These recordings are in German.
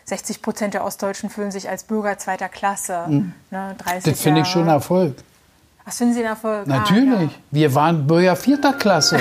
60% der Ostdeutschen fühlen sich als Bürger zweiter Klasse. Ne, 30 Das finde ich schon Erfolg. Was finden Sie einen Erfolg? Natürlich. Wir waren Bürger vierter Klasse.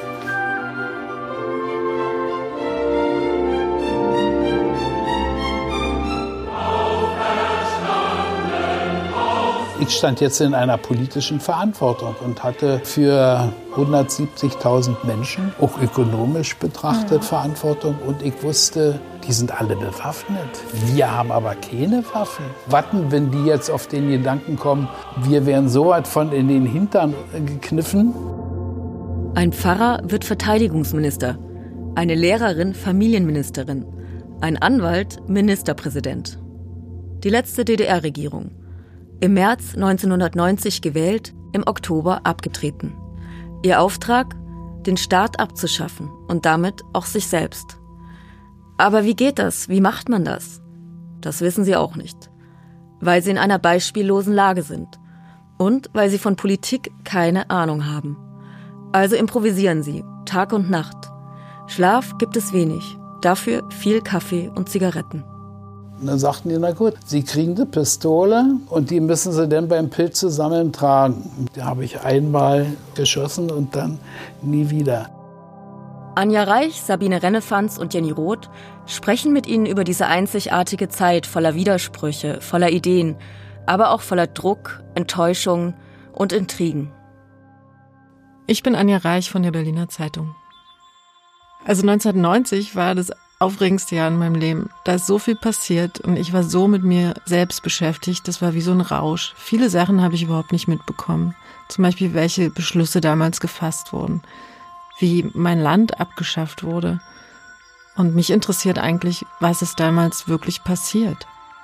Ich stand jetzt in einer politischen Verantwortung und hatte für 170.000 Menschen, auch ökonomisch betrachtet, Verantwortung. Und ich wusste, die sind alle bewaffnet. Wir haben aber keine Waffen. Warten, wenn die jetzt auf den Gedanken kommen, wir werden so weit von in den Hintern gekniffen. Ein Pfarrer wird Verteidigungsminister, eine Lehrerin Familienministerin, ein Anwalt Ministerpräsident. Die letzte DDR-Regierung. Im März 1990 gewählt, im Oktober abgetreten. Ihr Auftrag, den Staat abzuschaffen und damit auch sich selbst. Aber wie geht das? Wie macht man das? Das wissen sie auch nicht. Weil sie in einer beispiellosen Lage sind. Und weil sie von Politik keine Ahnung haben. Also improvisieren sie, Tag und Nacht. Schlaf gibt es wenig, dafür viel Kaffee und Zigaretten. Und dann sagten die, na gut, Sie kriegen eine Pistole und die müssen Sie dann beim Pilzesammeln tragen. Da habe ich einmal geschossen und dann nie wieder. Anja Reich, Sabine Rennefanz und Jenny Roth sprechen mit Ihnen über diese einzigartige Zeit voller Widersprüche, voller Ideen, aber auch voller Druck, Enttäuschung und Intrigen. Ich bin Anja Reich von der Berliner Zeitung. Also 1990 war das aufregendste Jahr in meinem Leben. Da ist so viel passiert und ich war so mit mir selbst beschäftigt. Das war wie so ein Rausch. Viele Sachen habe ich überhaupt nicht mitbekommen. Zum Beispiel, welche Beschlüsse damals gefasst wurden. Wie mein Land abgeschafft wurde. Und mich interessiert eigentlich, was ist damals wirklich passiert.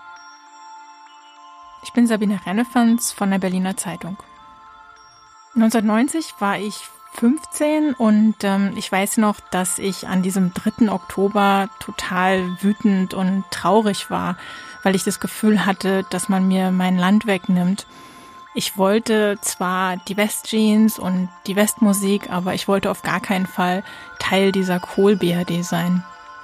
Ich bin Sabine Rennefanz von der Berliner Zeitung. 1990 war ich 15 und ich weiß noch, dass ich an diesem 3. Oktober total wütend und traurig war, weil ich das Gefühl hatte, dass man mir mein Land wegnimmt. Ich wollte zwar die Westjeans und die Westmusik, aber ich wollte auf gar keinen Fall Teil dieser Kohl-BRD sein.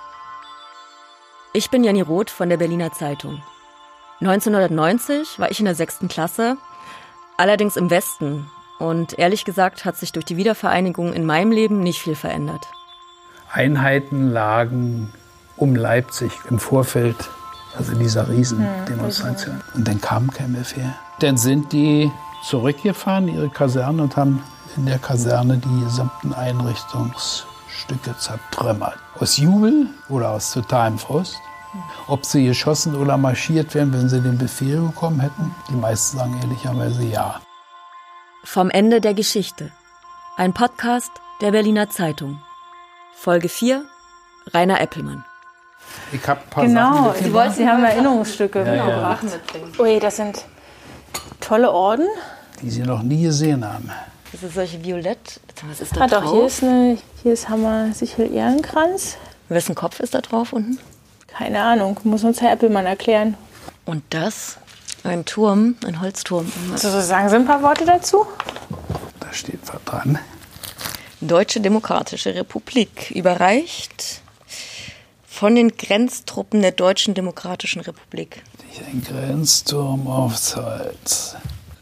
Ich bin Jenny Roth von der Berliner Zeitung. 1990 war ich in der 6. Klasse, allerdings im Westen. Und ehrlich gesagt hat sich durch die Wiedervereinigung in meinem Leben nicht viel verändert. Einheiten lagen um Leipzig im Vorfeld, also dieser Riesendemonstration. Und dann kam kein Befehl. Dann sind die zurückgefahren, ihre Kaserne, und haben in der Kaserne die gesamten Einrichtungsstücke zertrümmert. Aus Jubel oder aus totalem Frust. Ob sie geschossen oder marschiert wären, wenn sie den Befehl bekommen hätten. Die meisten sagen ehrlicherweise ja. Vom Ende der Geschichte. Ein Podcast der Berliner Zeitung. Folge 4, Rainer Eppelmann. Ich habe ein paar Sachen mitgebracht. Sie haben Erinnerungsstücke mitgebracht. Ui, das sind tolle Orden. Die Sie noch nie gesehen haben. Das ist solche Violett. Was ist da Doch, drauf? hier ist Hammer Sichel Ehrenkranz. Wessen Kopf ist da drauf unten? Keine Ahnung, muss uns Herr Eppelmann erklären. Und das? Ein Turm, ein Holzturm. Also sagen Sie ein paar Worte dazu? Da steht was dran. Deutsche Demokratische Republik, überreicht von den Grenztruppen der Deutschen Demokratischen Republik. Ein Grenzturm aufs Holz.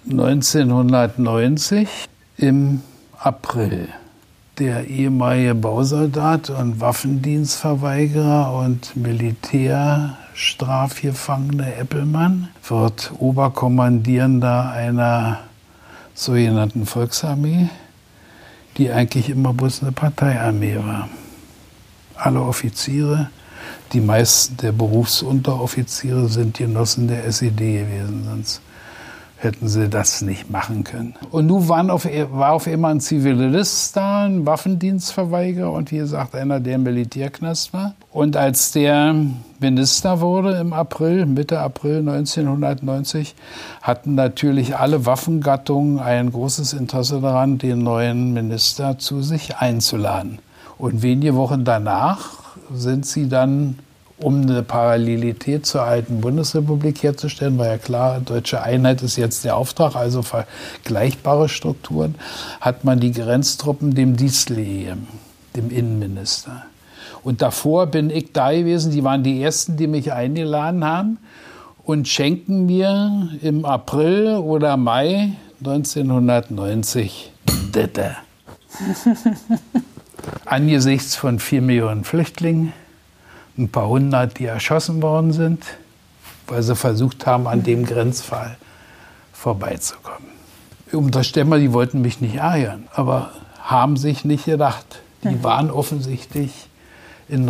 1990 im April. Der ehemalige Bausoldat und Waffendienstverweigerer und Militärstrafgefangene Eppelmann wird Oberkommandierender einer sogenannten Volksarmee, die eigentlich immer bloß eine Parteiarmee war. Alle Offiziere, die meisten der Berufsunteroffiziere sind Genossen der SED gewesen, sonst hätten sie das nicht machen können. Und nun war auf einmal ein Zivilist da, ein Waffendienstverweigerer und wie gesagt einer, der im Militärknast war. Und als der Minister wurde im April, Mitte April 1990, hatten natürlich alle Waffengattungen ein großes Interesse daran, den neuen Minister zu sich einzuladen. Und wenige Wochen danach sind sie dann, um eine Parallelität zur alten Bundesrepublik herzustellen, war ja klar, deutsche Einheit ist jetzt der Auftrag, also vergleichbare Strukturen, hat man die Grenztruppen dem Diestel gegeben, dem Innenminister. Und davor bin ich da gewesen. Die waren die Ersten, die mich eingeladen haben und schenken mir im April oder Mai 1990 Ditte. Angesichts von 4 Millionen Flüchtlingen, ein paar hundert, die erschossen worden sind, weil sie versucht haben, an dem Grenzfall vorbeizukommen. Unterstellen wir, die wollten mich nicht ärgern, aber haben sich nicht gedacht. Die waren offensichtlich in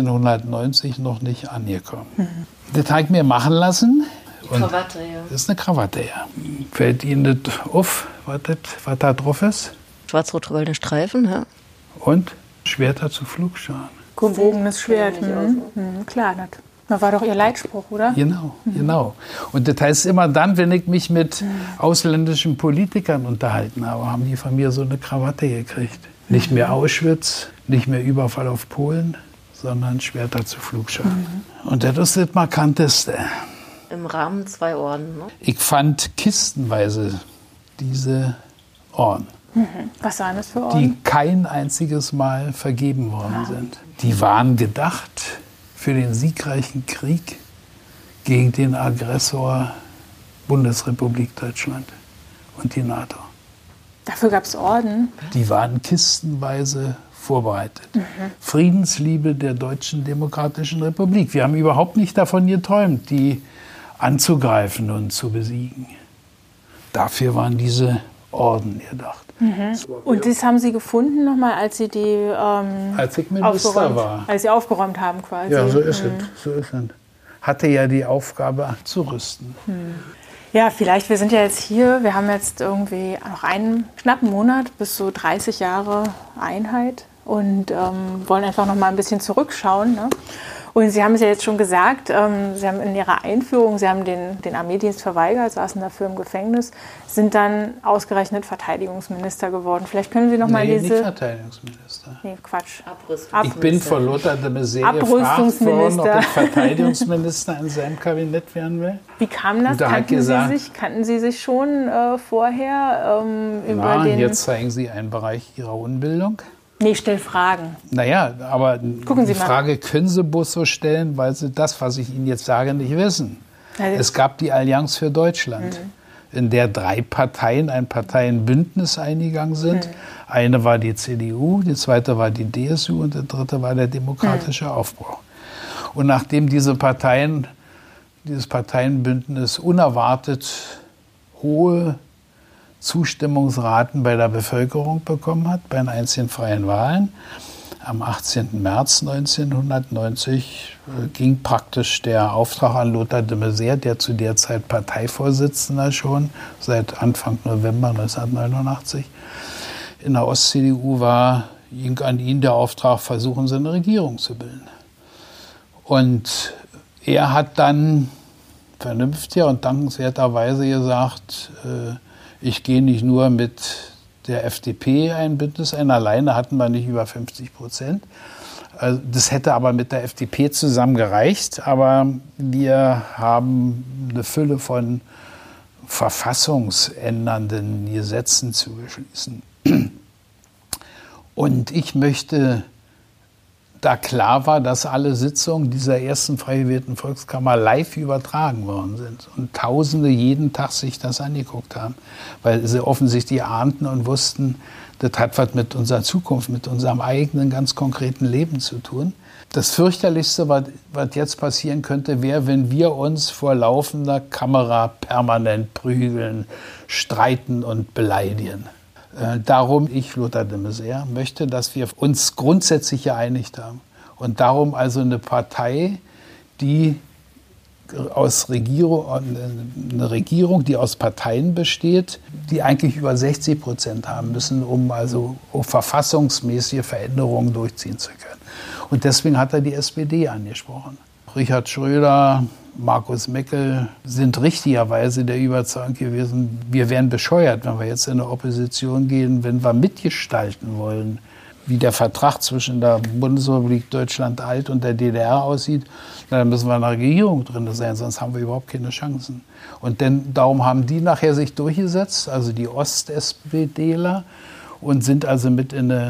1990 noch nicht angekommen. Das habe ich mir machen lassen. Und Krawatte, ja. Das ist eine Krawatte, ja. Fällt Ihnen das auf, was da drauf ist? Schwarz-rot-goldene Streifen, ja. Und Schwerter zu Flugscharen. Gebogenes Schwert. Klar, das war doch Ihr Leitspruch, oder? Genau, genau. Und das heißt, immer dann, wenn ich mich mit ausländischen Politikern unterhalten habe, haben die von mir so eine Krawatte gekriegt. Nicht mehr Auschwitz, nicht mehr Überfall auf Polen, sondern Schwerter zu Flugscharen. Und das ist das Markanteste. Im Rahmen 2 Orden, ne? Ich fand kistenweise diese Orden, Was waren das für die Orden? kein einziges Mal vergeben worden sind. Die waren gedacht für den siegreichen Krieg gegen den Aggressor Bundesrepublik Deutschland und die NATO. Dafür gab es Orden. Die waren kistenweise vorbereitet. Friedensliebe der Deutschen Demokratischen Republik. Wir haben überhaupt nicht davon geträumt, die anzugreifen und zu besiegen. Dafür waren diese Orden gedacht. Und das haben Sie gefunden nochmal, als Sie die Als ich Minister war. als Sie aufgeräumt haben quasi. Ja, so ist es. So ist es. Hatte ja die Aufgabe abzurüsten. Ja, vielleicht, wir sind ja jetzt hier, wir haben jetzt irgendwie noch einen knappen Monat bis so 30 Jahre Einheit und wollen einfach noch mal ein bisschen zurückschauen. Ne? Und Sie haben es ja jetzt schon gesagt, Sie haben in Ihrer Einführung, Sie haben den Armeedienst verweigert, saßen dafür im Gefängnis, sind dann ausgerechnet Verteidigungsminister geworden. Vielleicht können Sie noch mal Nee, diese... nicht Verteidigungsminister. Nee, Quatsch. Ich bin von Lothar de Maizière gefragt worden, ob ich Verteidigungsminister in seinem Kabinett werden will. Wie kam das? Und da hat gesagt, Kannten Sie sich schon vorher über den... Jetzt zeigen Sie einen Bereich Ihrer Unbildung. Nee, ich stelle Fragen. Naja, aber Gucken Sie die mal. Frage können Sie bloß so stellen, weil Sie das, was ich Ihnen jetzt sage, nicht wissen. Also, Es gab die Allianz für Deutschland, in der 3 Parteien ein Parteienbündnis eingegangen sind. Eine war die CDU, die zweite war die DSU und die dritte war der Demokratische Aufbau. Und nachdem dieses Parteienbündnis unerwartet hohe Zustimmungsraten bei der Bevölkerung bekommen hat, bei den einzigen freien Wahlen, am 18. März 1990 ging praktisch der Auftrag an Lothar de Maizière, der zu der Zeit Parteivorsitzender schon seit Anfang November 1989 in der Ost-CDU war, ging an ihn der Auftrag, versuchen Sie eine Regierung zu bilden. Und er hat dann vernünftiger und dankenswerterweise gesagt, ich gehe nicht nur mit der FDP ein Bündnis ein, alleine hatten wir nicht über 50%. Also das hätte aber mit der FDP zusammen gereicht, aber wir haben eine Fülle von verfassungsändernden Gesetzen zu beschließen. Und ich möchte, da klar war, dass alle Sitzungen dieser ersten frei gewählten Volkskammer live übertragen worden sind und Tausende jeden Tag sich das angeguckt haben, weil sie offensichtlich ahnten und wussten, das hat was mit unserer Zukunft, mit unserem eigenen ganz konkreten Leben zu tun. Das fürchterlichste, was jetzt passieren könnte, wäre, wenn wir uns vor laufender Kamera permanent prügeln, streiten und beleidigen. Darum, ich, Lothar de Maizière, möchte, dass wir uns grundsätzlich geeinigt haben. Und darum also eine Partei, die eine Regierung, die aus Parteien besteht, die eigentlich über 60% haben müssen, um also verfassungsmäßige Veränderungen durchziehen zu können. Und deswegen hat er die SPD angesprochen. Richard Schröder, Markus Meckel sind richtigerweise der Überzeugung gewesen, wir wären bescheuert, wenn wir jetzt in eine Opposition gehen, wenn wir mitgestalten wollen, wie der Vertrag zwischen der Bundesrepublik Deutschland alt und der DDR aussieht, dann müssen wir in einer Regierung drin sein, sonst haben wir überhaupt keine Chancen. Und darum haben die nachher sich durchgesetzt, also die Ost-SPDler, und sind also mit in eine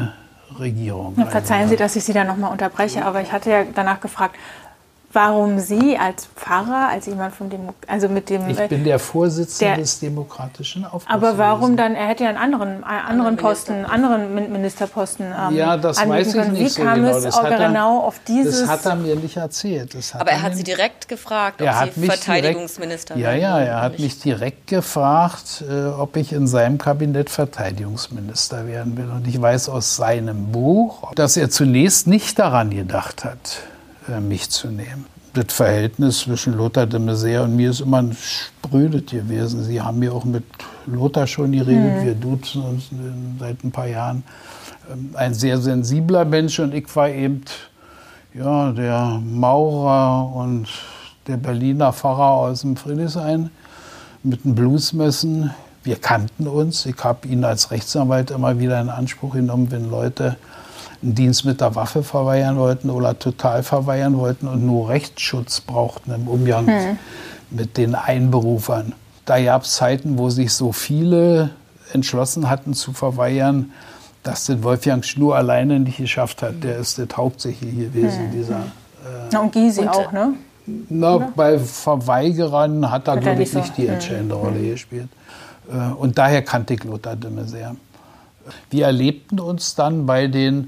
Regierung. Ja, verzeihen Sie, dass ich Sie da nochmal unterbreche, aber ich hatte ja danach gefragt, warum Sie als Pfarrer, als jemand von dem, also mit dem... Ich bin der Vorsitzende des demokratischen Aufbruchs. Aber warum dann, er hätte ja einen anderen Posten, anderen Ministerposten ja, das weiß ich nicht so genau. Wie kam es genau auf dieses... Das hat er mir nicht erzählt. Aber er hat Sie direkt gefragt, ob Sie Verteidigungsminister werden. Ja, er hat mich direkt gefragt, ob ich in seinem Kabinett Verteidigungsminister werden will. Und ich weiß aus seinem Buch, dass er zunächst nicht daran gedacht hat, mich zu nehmen. Das Verhältnis zwischen Lothar de Maizière und mir ist immer ein sprödes gewesen. Sie haben mir auch mit Lothar schon geredet, wir duzen uns seit ein paar Jahren. Ein sehr sensibler Mensch und ich war eben ja, der Maurer und der Berliner Pfarrer aus dem Friedrichshain mit den Bluesmessen. Wir kannten uns. Ich habe ihn als Rechtsanwalt immer wieder in Anspruch genommen, wenn Leute einen Dienst mit der Waffe verweigern wollten oder total verweigern wollten und nur Rechtsschutz brauchten im Umgang mit den Einberufern. Da gab es Zeiten, wo sich so viele entschlossen hatten zu verweigern, dass den Wolfgang Schnur alleine nicht geschafft hat. Der ist das Hauptsächliche gewesen. Und Gysi auch, ne? Bei Verweigerern hat er, glaube ich, nicht die entscheidende Rolle gespielt. Und daher kannte ich Lothar de Maizière. Wir erlebten uns dann bei den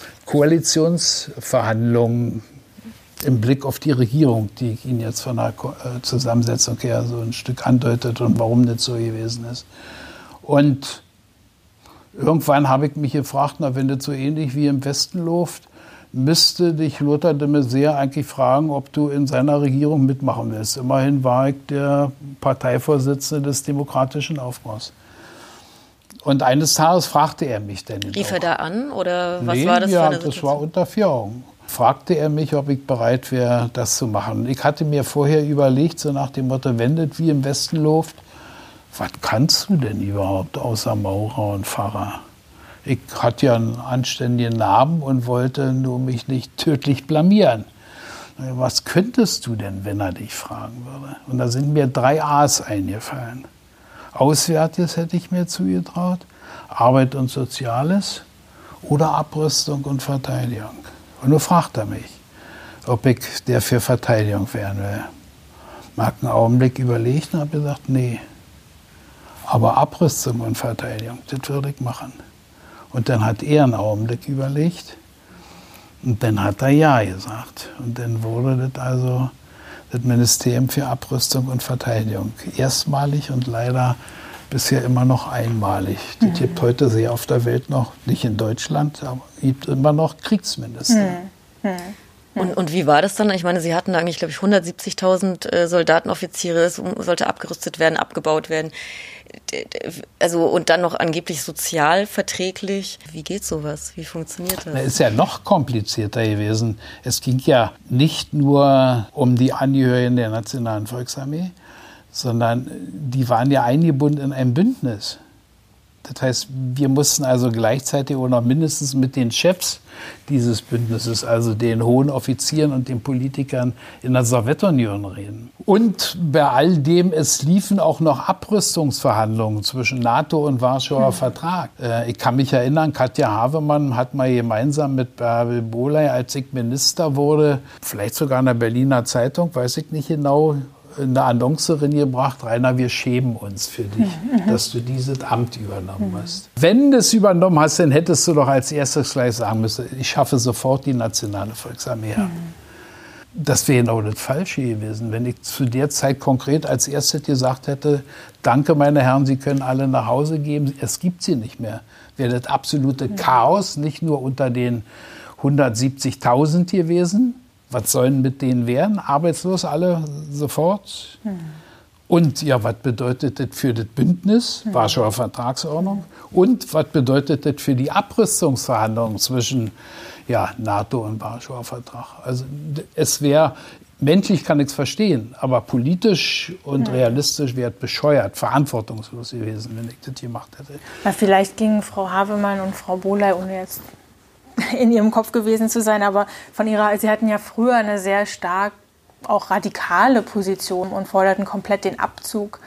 Koalitionsverhandlungen im Blick auf die Regierung, die ich Ihnen jetzt von der Zusammensetzung her so ein Stück andeutet und warum das so gewesen ist. Und irgendwann habe ich mich gefragt, na, wenn das so ähnlich wie im Westen läuft, müsste dich Lothar de Maizière eigentlich fragen, ob du in seiner Regierung mitmachen willst. Immerhin war ich der Parteivorsitzende des demokratischen Aufbruchs. Und eines Tages fragte er mich dann. Rief er da an oder was war das für eine Situation? Das war unter 4 Augen. Fragte er mich, ob ich bereit wäre, das zu machen. Und ich hatte mir vorher überlegt, so nach dem Motto, wenn das wie im Westen läuft, was kannst du denn überhaupt außer Maurer und Pfarrer? Ich hatte ja einen anständigen Namen und wollte nur mich nicht tödlich blamieren. Was könntest du denn, wenn er dich fragen würde? Und da sind mir 3 A's eingefallen. Auswärtiges hätte ich mir zugetraut, Arbeit und Soziales oder Abrüstung und Verteidigung. Und nun fragt er mich, ob ich der für Verteidigung werden will. Mag einen Augenblick überlegt und habe gesagt, nee. Aber Abrüstung und Verteidigung, das würde ich machen. Und dann hat er einen Augenblick überlegt und dann hat er ja gesagt. Und dann wurde das also das Ministerium für Abrüstung und Verteidigung. Erstmalig und leider bisher immer noch einmalig. Das gibt heute sehr auf der Welt noch, nicht in Deutschland, aber gibt immer noch Kriegsminister. Und wie war das dann? Ich meine, Sie hatten eigentlich, glaube ich, 170.000 Soldaten, Offiziere, es sollte abgerüstet werden, abgebaut werden. Also, und dann noch angeblich sozial verträglich. Wie geht sowas? Wie funktioniert das? Das ist ja noch komplizierter gewesen. Es ging ja nicht nur um die Angehörigen der Nationalen Volksarmee, sondern die waren ja eingebunden in ein Bündnis. Das heißt, wir mussten also gleichzeitig oder mindestens mit den Chefs dieses Bündnisses, also den hohen Offizieren und den Politikern in der Sowjetunion reden. Und bei all dem, es liefen auch noch Abrüstungsverhandlungen zwischen NATO und Warschauer Vertrag. Ich kann mich erinnern, Katja Havemann hat mal gemeinsam mit Bärbel Bohley, als ich Minister wurde, vielleicht sogar in der Berliner Zeitung, weiß ich nicht genau, eine Annonce gebracht, Rainer, wir schämen uns für dich, dass du dieses Amt übernommen hast. Wenn du es übernommen hast, dann hättest du doch als erstes gleich sagen müssen, ich schaffe sofort die Nationale Volksarmee. Das wäre genau das Falsche gewesen, wenn ich zu der Zeit konkret als erstes gesagt hätte, danke meine Herren, Sie können alle nach Hause gehen, es gibt sie nicht mehr. Wäre das absolute Chaos, nicht nur unter den 170.000 gewesen. Was sollen mit denen werden? Arbeitslos alle sofort? Und ja, was bedeutet das für das Bündnis, Warschauer Vertragsordnung? Und was bedeutet das für die Abrüstungsverhandlungen zwischen NATO und Warschauer Vertrag? Also es wäre, menschlich kann ich es verstehen, aber politisch und realistisch wäre es bescheuert, verantwortungslos gewesen, wenn ich das gemacht hätte. Na, vielleicht gingen Frau Havemann und Frau Bohley, ohne jetzt in ihrem Kopf gewesen zu sein, aber Sie hatten ja früher eine sehr stark auch radikale Position und forderten komplett den Abzug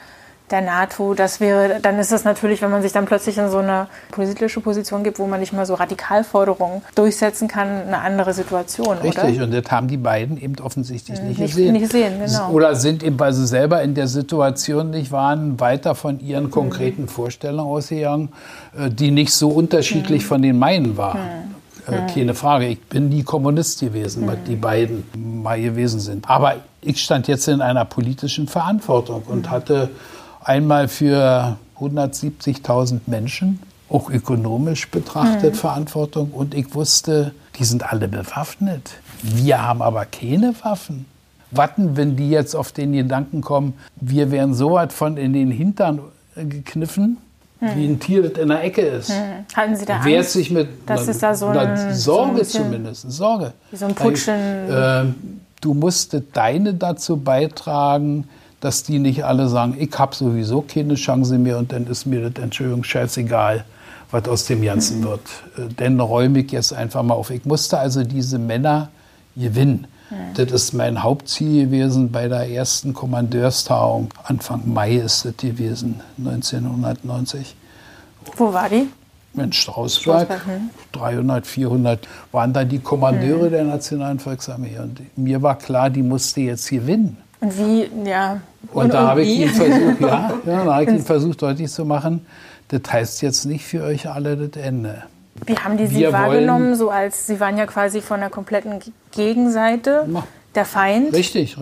der NATO, dann ist das natürlich, wenn man sich dann plötzlich in so eine politische Position gibt, wo man nicht mal so Radikalforderungen durchsetzen kann, eine andere Situation, Richtig, oder? Und das haben die beiden eben offensichtlich nicht gesehen. Genau. Oder sind eben, weil sie selber in der Situation nicht waren, weiter von ihren konkreten Vorstellungen ausgegangen, die nicht so unterschiedlich von den meinen waren. Keine Frage, ich bin nie Kommunist gewesen, was die beiden mal gewesen sind. Aber ich stand jetzt in einer politischen Verantwortung und hatte einmal für 170.000 Menschen, auch ökonomisch betrachtet, Verantwortung. Und ich wusste, die sind alle bewaffnet. Wir haben aber keine Waffen. Warten, wenn die jetzt auf den Gedanken kommen, wir werden so weit von in den Hintern gekniffen, wie ein Tier, das in der Ecke ist. Halten Sie da Wehrt Angst, sich mit dass es da so eine Sorge so ein zumindest, Sorge. Wie so ein Putsch du musstest deine dazu beitragen, dass die nicht alle sagen, ich habe sowieso keine Chance mehr und dann ist mir das, Entschuldigung, scheißegal, was aus dem Ganzen wird. Dann räume ich jetzt einfach mal auf. Ich musste also diese Männer gewinnen. Das ist mein Hauptziel gewesen bei der ersten Kommandeurstagung. Anfang Mai ist das gewesen, 1990. Wo war die? In Strausberg. 300, 400 waren da die Kommandeure der Nationalen Volksarmee. Und mir war klar, die musste jetzt gewinnen. Und wie, ja. Und da habe ich ihn versucht, deutlich zu machen, das heißt jetzt nicht für euch alle das Ende. Wie haben die Sie wahrgenommen, so als Sie waren ja quasi von der kompletten Gegenseite, der Feind? Richtig.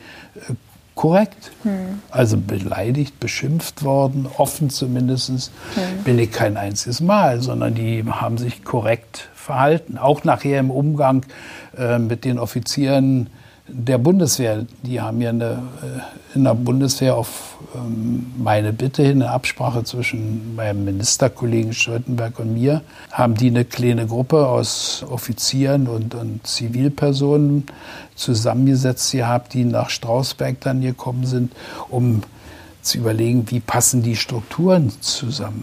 Korrekt. Also beleidigt, beschimpft worden, offen zumindest, bin ich kein einziges Mal, sondern die haben sich korrekt verhalten. Auch nachher im Umgang mit den Offizieren der Bundeswehr. Die haben ja in der Bundeswehr auf meine Bitte hin, eine Absprache zwischen meinem Ministerkollegen Stoltenberg und mir, haben die eine kleine Gruppe aus Offizieren und Zivilpersonen zusammengesetzt gehabt, die nach Strausberg dann gekommen sind, um zu überlegen, wie passen die Strukturen zusammen.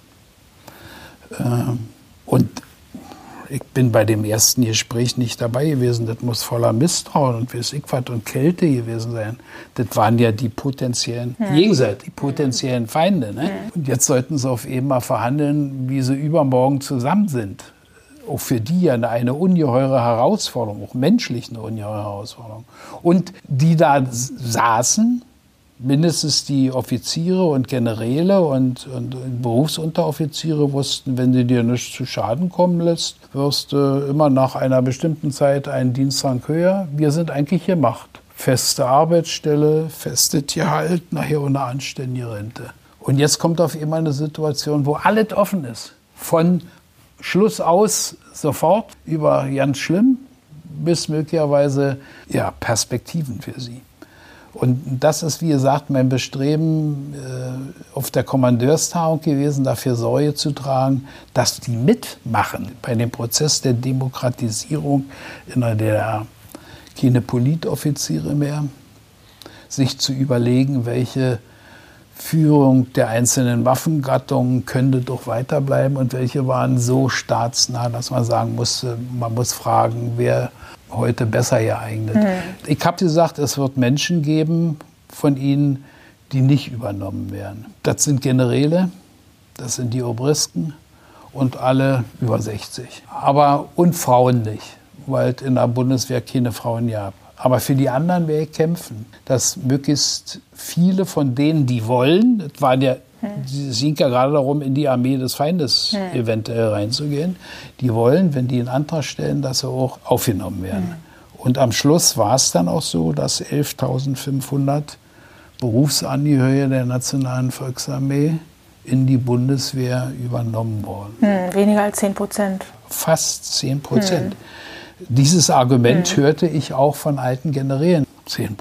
Und ich bin bei dem ersten Gespräch nicht dabei gewesen. Das muss voller Misstrauen und weiß ich was und Kälte gewesen sein. Das waren ja die potenziellen Gegenseite, die potenziellen Feinde. Ne? Und jetzt sollten sie auf eben mal verhandeln, wie sie übermorgen zusammen sind. Auch für die ja eine ungeheure Herausforderung, auch menschlich eine ungeheure Herausforderung. Und die da saßen, mindestens die Offiziere und Generäle und Berufsunteroffiziere wussten, wenn du dir nichts zu Schaden kommen lässt, wirst du immer nach einer bestimmten Zeit einen Dienstrang höher. Wir sind eigentlich gemacht. Feste Arbeitsstelle, festes Gehalt, nachher eine anständige Rente. Und jetzt kommt auf einmal eine Situation, wo alles offen ist. Von Schluss aus sofort über ganz schlimm bis möglicherweise Perspektiven für sie. Und das ist, wie gesagt, mein Bestreben auf der Kommandeurstagung gewesen, dafür Sorge zu tragen, dass die mitmachen bei dem Prozess der Demokratisierung in der DDR. Keine Politoffiziere mehr, sich zu überlegen, welche Führung der einzelnen Waffengattungen könnte doch weiterbleiben und welche waren so staatsnah, dass man sagen musste, man muss fragen, wer heute besser geeignet. Ich habe gesagt, es wird Menschen geben von ihnen, die nicht übernommen werden. Das sind Generäle, das sind die Obristen und alle über 60. Und Frauen nicht, weil es in der Bundeswehr keine Frauen gab. Aber für die anderen werde ich kämpfen, dass möglichst viele von denen, die wollen, es ging ja gerade darum, in die Armee des Feindes eventuell reinzugehen, die wollen, wenn die einen Antrag stellen, dass sie auch aufgenommen werden. Und am Schluss war es dann auch so, dass 11.500 Berufsangehörige der Nationalen Volksarmee in die Bundeswehr übernommen wurden. Weniger als 10%. Fast 10%. Dieses Argument hörte ich auch von alten Generälen. 10%.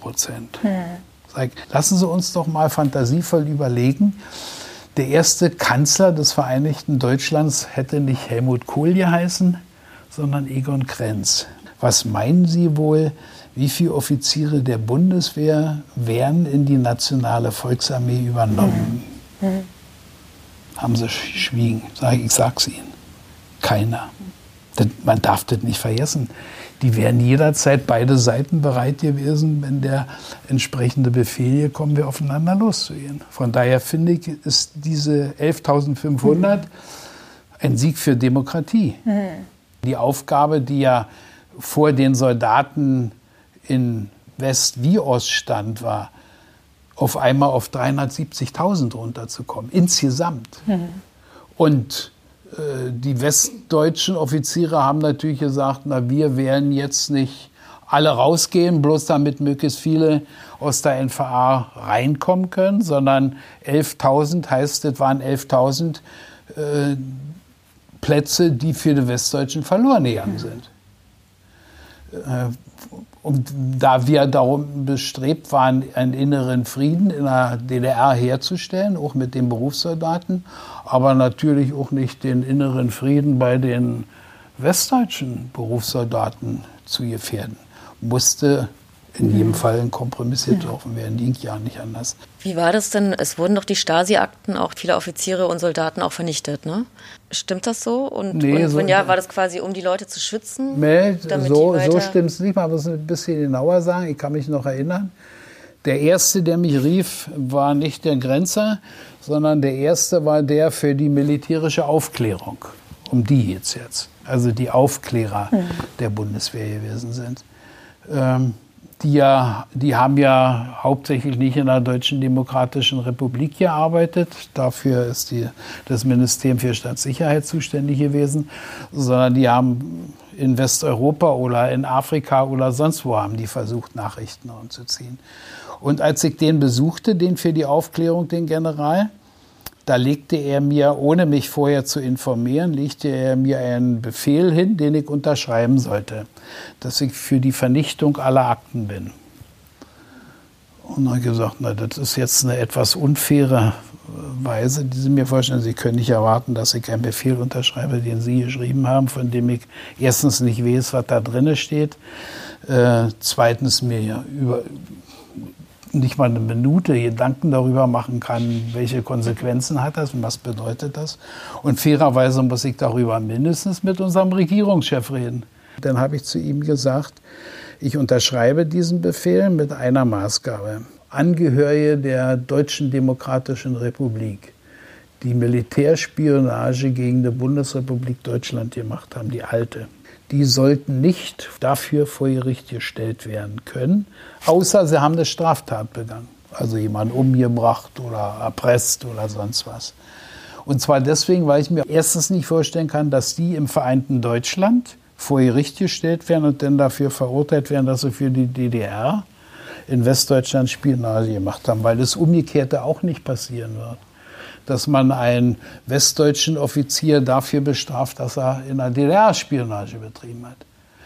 Lassen Sie uns doch mal fantasievoll überlegen. Der erste Kanzler des Vereinigten Deutschlands hätte nicht Helmut Kohl geheißen, sondern Egon Krenz. Was meinen Sie wohl, wie viele Offiziere der Bundeswehr werden in die Nationale Volksarmee übernommen? Haben sie geschwiegen. Ich sag's Ihnen. Keiner. Man darf das nicht vergessen. die wären jederzeit beide Seiten bereit gewesen, wenn der entsprechende Befehl hier kommen, wir aufeinander loszugehen. Von daher finde ich, ist diese 11.500 ein Sieg für Demokratie. Die Aufgabe, die ja vor den Soldaten in West wie Ost stand, war, auf einmal auf 370.000 runterzukommen, insgesamt. Und die westdeutschen Offiziere haben natürlich gesagt, na, wir werden jetzt nicht alle rausgehen, bloß damit möglichst viele aus der NVA reinkommen können, sondern 11.000 heißt, es waren 11.000 Plätze, die für die Westdeutschen verloren gegangen sind. Und da wir darum bestrebt waren, einen inneren Frieden in der DDR herzustellen, auch mit den Berufssoldaten, aber natürlich auch nicht den inneren Frieden bei den westdeutschen Berufssoldaten zu gefährden, musste in jedem Fall ein Kompromiss getroffen werden. Ging ja nicht anders. Wie war das denn? Es wurden doch die Stasi-Akten auch vieler Offiziere und Soldaten auch vernichtet, ne? Stimmt das so? Und wenn ja, war das quasi, um die Leute zu schützen? Nee, so stimmt es nicht. Man muss ein bisschen genauer sagen. Ich kann mich noch erinnern. Der Erste, der mich rief, war nicht der Grenzer, sondern der Erste war der für die militärische Aufklärung. Um die geht's jetzt. Also die Aufklärer der Bundeswehr gewesen sind. Die haben ja hauptsächlich nicht in der Deutschen Demokratischen Republik gearbeitet. Dafür ist das Ministerium für Staatssicherheit zuständig gewesen. Sondern die haben in Westeuropa oder in Afrika oder sonst wo haben die versucht, Nachrichten rumzuziehen. Und als ich den besuchte, den für die Aufklärung, den General, da legte er mir, ohne mich vorher zu informieren, legte er mir einen Befehl hin, den ich unterschreiben sollte, dass ich für die Vernichtung aller Akten bin. Und dann habe ich gesagt, na, das ist jetzt eine etwas unfaire Weise, die Sie mir vorstellen. Sie können nicht erwarten, dass ich einen Befehl unterschreibe, den Sie geschrieben haben, von dem ich erstens nicht weiß, was da drin steht, zweitens mir nicht mal eine Minute Gedanken darüber machen kann, welche Konsequenzen hat das und was bedeutet das. Und fairerweise muss ich darüber mindestens mit unserem Regierungschef reden. Dann habe ich zu ihm gesagt, ich unterschreibe diesen Befehl mit einer Maßgabe. Angehörige der Deutschen Demokratischen Republik, die Militärspionage gegen die Bundesrepublik Deutschland gemacht haben, die alte, die sollten nicht dafür vor Gericht gestellt werden können, außer sie haben eine Straftat begangen. Also jemanden umgebracht oder erpresst oder sonst was. Und zwar deswegen, weil ich mir erstens nicht vorstellen kann, dass die im vereinten Deutschland vor Gericht gestellt werden und dann dafür verurteilt werden, dass sie für die DDR in Westdeutschland Spionage gemacht haben, weil das Umgekehrte auch nicht passieren wird. Dass man einen westdeutschen Offizier dafür bestraft, dass er in der DDR Spionage betrieben hat.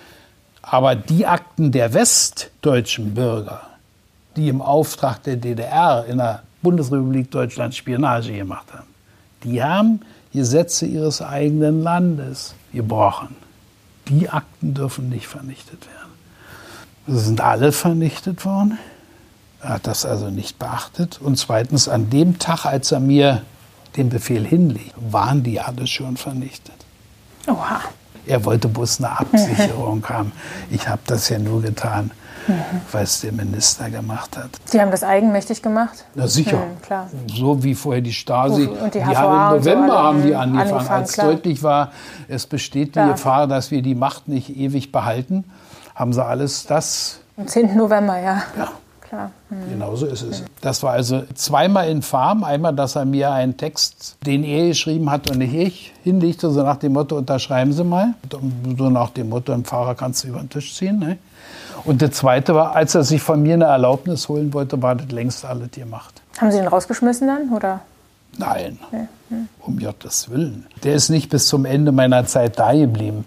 Aber die Akten der westdeutschen Bürger, die im Auftrag der DDR in der Bundesrepublik Deutschland Spionage gemacht haben, die haben Gesetze ihres eigenen Landes gebrochen. Die Akten dürfen nicht vernichtet werden. Sie sind alle vernichtet worden. Er hat das also nicht beachtet. Und zweitens, an dem Tag, als er mir den Befehl hinlegt, waren die alle schon vernichtet. Oha. Er wollte bloß eine Absicherung haben. Ich habe das ja nur getan, weil es der Minister gemacht hat. Sie haben das eigenmächtig gemacht? Na sicher. Klar. So wie vorher die Stasi. Und die haben im November so haben die angefangen. Als klar. deutlich war, es besteht die Gefahr, dass wir die Macht nicht ewig behalten, haben sie alles das... Am 10. November, ja. Ja. Klar. Genau so ist es. Das war also zweimal infam. Einmal, dass er mir einen Text, den er geschrieben hat und nicht ich, hinlegte, so nach dem Motto, unterschreiben Sie mal. So nach dem Motto, ein Fahrer kannst du über den Tisch ziehen. Ne? Und das Zweite war, als er sich von mir eine Erlaubnis holen wollte, war das längst alles gemacht. Haben Sie ihn rausgeschmissen dann, oder? Nein, um Gottes Willen. Der ist nicht bis zum Ende meiner Zeit da geblieben.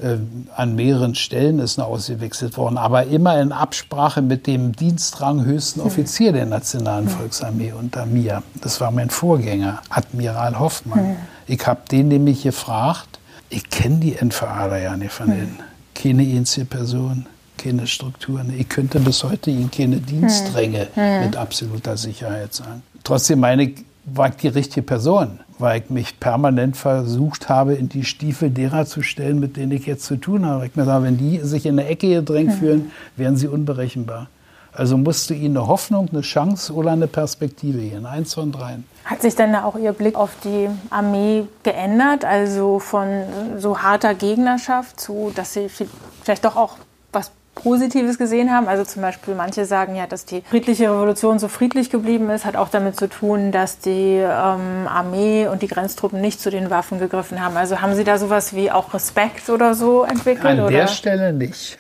An mehreren Stellen ist er ausgewechselt worden, aber immer in Absprache mit dem dienstranghöchsten Offizier der Nationalen Volksarmee unter mir. Das war mein Vorgänger, Admiral Hoffmann. Ich habe den nämlich gefragt, ich kenne die NVA ja nicht von denen. Keine einzige Person, keine Strukturen. Ich könnte bis heute Ihnen keine Dienstränge mit absoluter Sicherheit sagen. Trotzdem meine ich, war die richtige Person, weil ich mich permanent versucht habe, in die Stiefel derer zu stellen, mit denen ich jetzt zu tun habe. Ich mir sage, wenn die sich in eine Ecke gedrängt fühlen, wären sie unberechenbar. Also musste ihnen eine Hoffnung, eine Chance oder eine Perspektive geben. 1 von 3. Hat sich denn da auch Ihr Blick auf die Armee geändert? Also von so harter Gegnerschaft zu, dass Sie vielleicht doch auch was Positives gesehen haben? Also zum Beispiel, manche sagen ja, dass die friedliche Revolution so friedlich geblieben ist, hat auch damit zu tun, dass die Armee und die Grenztruppen nicht zu den Waffen gegriffen haben. Also haben Sie da sowas wie auch Respekt oder so entwickelt? An der Stelle nicht.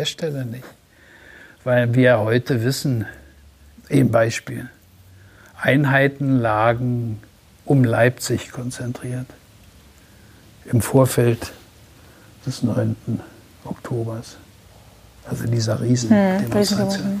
Weil wir heute wissen, ein Beispiel, Einheiten lagen um Leipzig konzentriert im Vorfeld des 9. Oktobers. Also dieser Riesendemonstration.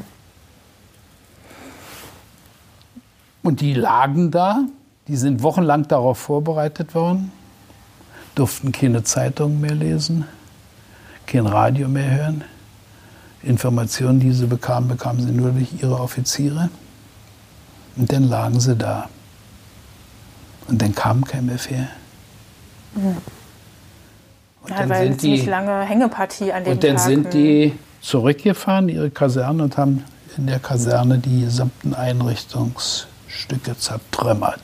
Und die lagen da, die sind wochenlang darauf vorbereitet worden, durften keine Zeitung mehr lesen, kein Radio mehr hören. Informationen, die sie bekamen sie nur durch ihre Offiziere. Und dann lagen sie da. Und dann kam kein Befehl. Und dann war eine ziemlich lange Hängepartie an dem Tag. Und dann sind die zurückgefahren, ihre Kaserne, und haben in der Kaserne die gesamten Einrichtungsstücke zertrümmert.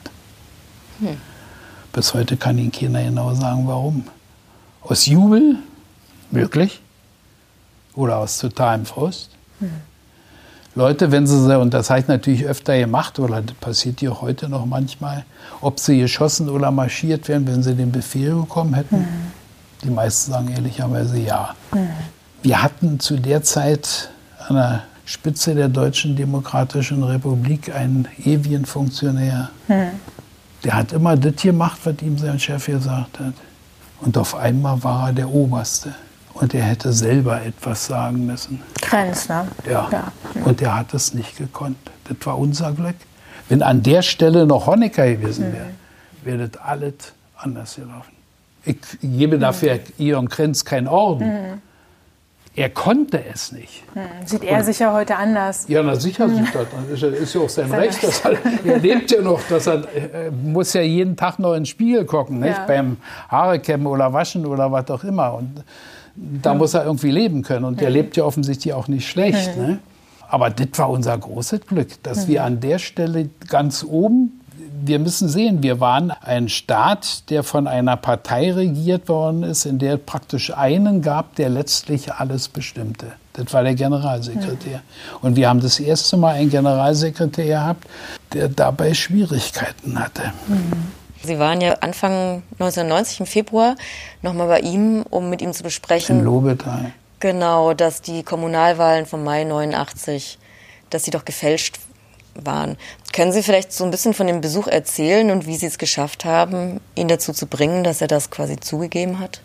Bis heute kann Ihnen keiner genau sagen, warum. Aus Jubel? Möglich. Oder aus totalem Frust. Leute, wenn sie, und das habe ich natürlich öfter gemacht, oder das passiert hier auch heute noch manchmal, ob sie geschossen oder marschiert werden, wenn sie den Befehl bekommen hätten. Die meisten sagen ehrlicherweise ja. Wir hatten zu der Zeit an der Spitze der Deutschen Demokratischen Republik einen ewigen Funktionär. Der hat immer das gemacht, was ihm sein Chef gesagt hat. Und auf einmal war er der Oberste. Und er hätte selber etwas sagen müssen. Krenz, ne? Ja. Und er hat es nicht gekonnt. Das war unser Glück. Wenn an der Stelle noch Honecker gewesen wäre, wäre das alles anders gelaufen. Ich gebe dafür Egon Krenz keinen Orden. Er konnte es nicht. Sieht er sicher heute anders. Ja, na sicher sieht er. Das ist ja auch sein Recht. Er lebt ja noch. Muss ja jeden Tag noch in den Spiegel gucken, nicht? Ja. Beim Haare kämmen oder waschen oder was auch immer. Und da muss er irgendwie leben können. Und er lebt ja offensichtlich auch nicht schlecht. Ne? Aber das war unser großes Glück, dass wir an der Stelle ganz oben, wir müssen sehen, wir waren ein Staat, der von einer Partei regiert worden ist, in der es praktisch einen gab, der letztlich alles bestimmte. Das war der Generalsekretär. Und wir haben das erste Mal einen Generalsekretär gehabt, der dabei Schwierigkeiten hatte. Sie waren ja Anfang 1990 im Februar nochmal bei ihm, um mit ihm zu besprechen. In Lobetal. Genau, dass die Kommunalwahlen vom Mai 89, dass sie doch gefälscht waren. Können Sie vielleicht so ein bisschen von dem Besuch erzählen und wie Sie es geschafft haben, ihn dazu zu bringen, dass er das quasi zugegeben hat?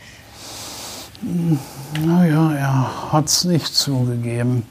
Naja, er hat es nicht zugegeben.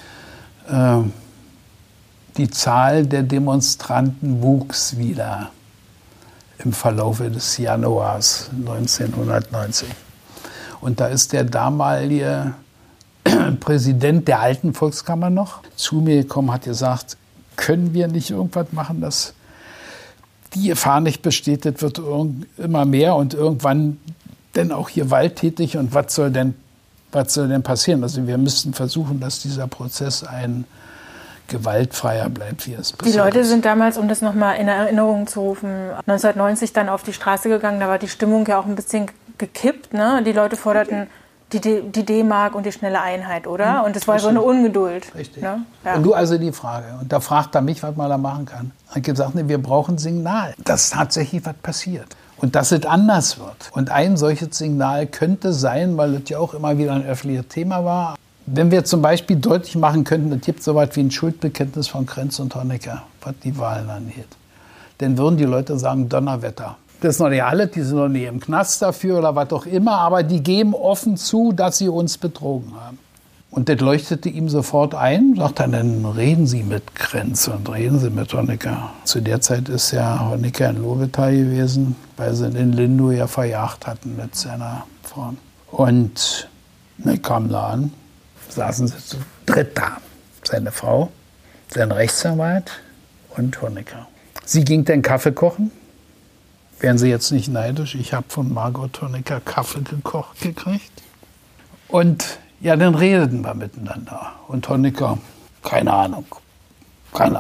Die Zahl der Demonstranten wuchs wieder im Verlaufe des Januars 1990. Und da ist der damalige Präsident der alten Volkskammer noch zu mir gekommen, hat gesagt, können wir nicht irgendwas machen, dass die Gefahr nicht besteht, das wird immer mehr und irgendwann denn auch hier gewalttätig und was soll denn passieren? Also wir müssten versuchen, dass dieser Prozess ein gewaltfreier bleibt, wie es bisher ist. Die Leute sind damals, um das nochmal in Erinnerung zu rufen, 1990 dann auf die Straße gegangen, da war die Stimmung ja auch ein bisschen gekippt, ne? Die Leute forderten die D-Mark und die schnelle Einheit, oder? Und es war so eine Ungeduld. Richtig. Ne? Ja. Und du also die Frage, und da fragt er mich, was man da machen kann. Er hat gesagt, wir brauchen ein Signal, dass tatsächlich was passiert. Und dass es anders wird. Und ein solches Signal könnte sein, weil es ja auch immer wieder ein öffentliches Thema war, wenn wir zum Beispiel deutlich machen könnten, es gibt so etwas wie ein Schuldbekenntnis von Krenz und Honecker, was die Wahlen angeht, dann würden die Leute sagen, Donnerwetter. Das ist noch nicht alle, die sind noch nicht im Knast dafür oder was auch immer, aber die geben offen zu, dass sie uns betrogen haben. Und das leuchtete ihm sofort ein, sagt er, dann reden Sie mit Krenz und reden Sie mit Honecker. Zu der Zeit ist ja Honecker in Lobetal gewesen, weil sie ihn in Lindow ja verjagt hatten mit seiner Frau. Und er kam da an, saßen sie zu dritt da. Seine Frau, sein Rechtsanwalt und Honecker. Sie ging den Kaffee kochen Wären Sie jetzt nicht neidisch? Ich habe von Margot Honecker Kaffee gekocht gekriegt. Und ja, dann redeten wir miteinander. Und Honecker, keine Ahnung. Sag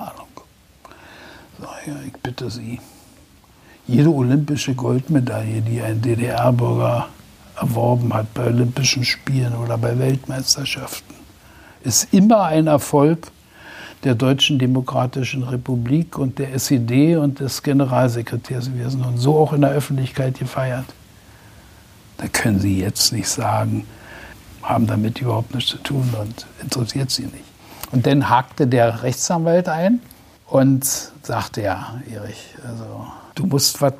ja, ich bitte Sie, jede olympische Goldmedaille, die ein DDR-Bürger erworben hat bei Olympischen Spielen oder bei Weltmeisterschaften, ist immer ein Erfolg der Deutschen Demokratischen Republik und der SED und des Generalsekretärs gewesen und so auch in der Öffentlichkeit gefeiert. Da können Sie jetzt nicht sagen, haben damit überhaupt nichts zu tun und interessiert Sie nicht. Und dann hakte der Rechtsanwalt ein und sagte, ja, Erich, also du musst was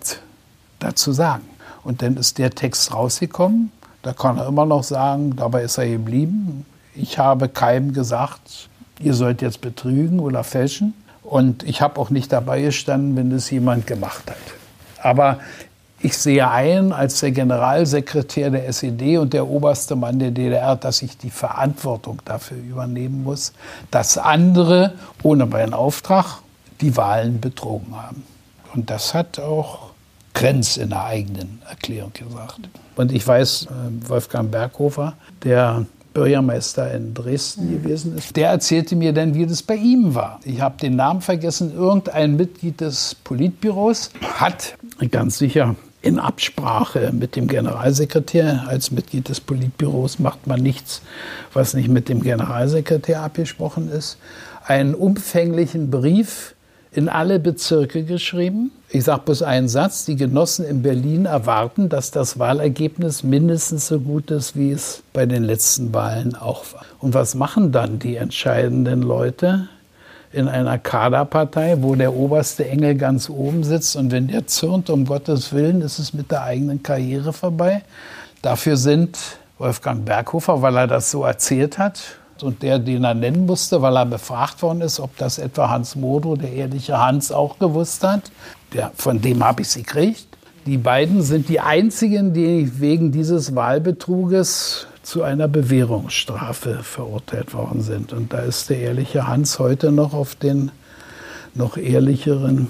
dazu sagen. Und dann ist der Text rausgekommen, da kann er immer noch sagen, dabei ist er geblieben. Ich habe keinem gesagt, ihr sollt jetzt betrügen oder fälschen. Und ich habe auch nicht dabei gestanden, wenn das jemand gemacht hat. Aber ich sehe ein, als der Generalsekretär der SED und der oberste Mann der DDR, dass ich die Verantwortung dafür übernehmen muss, dass andere, ohne meinen Auftrag, die Wahlen betrogen haben. Und das hat auch Krenz in der eigenen Erklärung gesagt. Und ich weiß, Wolfgang Berghofer, der Bürgermeister in Dresden gewesen ist, der erzählte mir dann, wie das bei ihm war. Ich habe den Namen vergessen. Irgendein Mitglied des Politbüros hat ganz sicher in Absprache mit dem Generalsekretär, als Mitglied des Politbüros macht man nichts, was nicht mit dem Generalsekretär abgesprochen ist, einen umfänglichen Brief in alle Bezirke geschrieben. Ich sage bloß einen Satz: Die Genossen in Berlin erwarten, dass das Wahlergebnis mindestens so gut ist, wie es bei den letzten Wahlen auch war. Und was machen dann die entscheidenden Leute in einer Kaderpartei, wo der oberste Engel ganz oben sitzt und wenn der zürnt, um Gottes Willen, ist es mit der eigenen Karriere vorbei? Dafür sind Wolfgang Berghofer, weil er das so erzählt hat, und der, den er nennen musste, weil er befragt worden ist, ob das etwa Hans Modrow, der ehrliche Hans, auch gewusst hat. Ja, von dem habe ich sie gekriegt. Die beiden sind die einzigen, die wegen dieses Wahlbetruges zu einer Bewährungsstrafe verurteilt worden sind. Und da ist der ehrliche Hans heute noch auf den noch ehrlicheren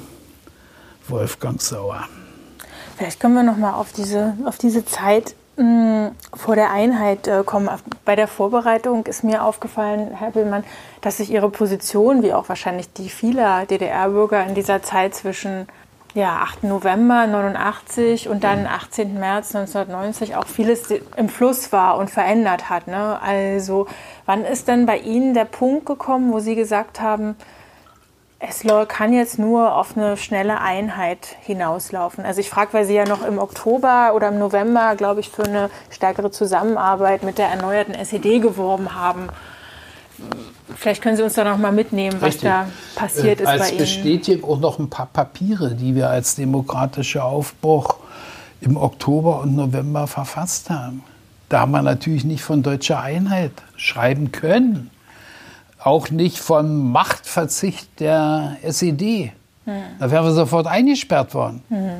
Wolfgang sauer. Vielleicht können wir noch mal auf diese Zeit vor der Einheit kommen. Bei der Vorbereitung ist mir aufgefallen, Herr Billmann, dass sich Ihre Position, wie auch wahrscheinlich die vieler DDR-Bürger in dieser Zeit zwischen 8. November 1989 und dann 18. März 1990 auch vieles im Fluss war und verändert hat. Ne? Also wann ist denn bei Ihnen der Punkt gekommen, wo Sie gesagt haben, es kann jetzt nur auf eine schnelle Einheit hinauslaufen? Also ich frage, weil Sie ja noch im Oktober oder im November, glaube ich, für eine stärkere Zusammenarbeit mit der erneuerten SED geworben haben. Vielleicht können Sie uns da noch mal mitnehmen, was da passiert ist bei Ihnen. Es besteht auch noch ein paar Papiere, die wir als demokratischer Aufbruch im Oktober und November verfasst haben. Da haben wir natürlich nicht von deutscher Einheit schreiben können. Auch nicht vom Machtverzicht der SED. Da wären wir sofort eingesperrt worden.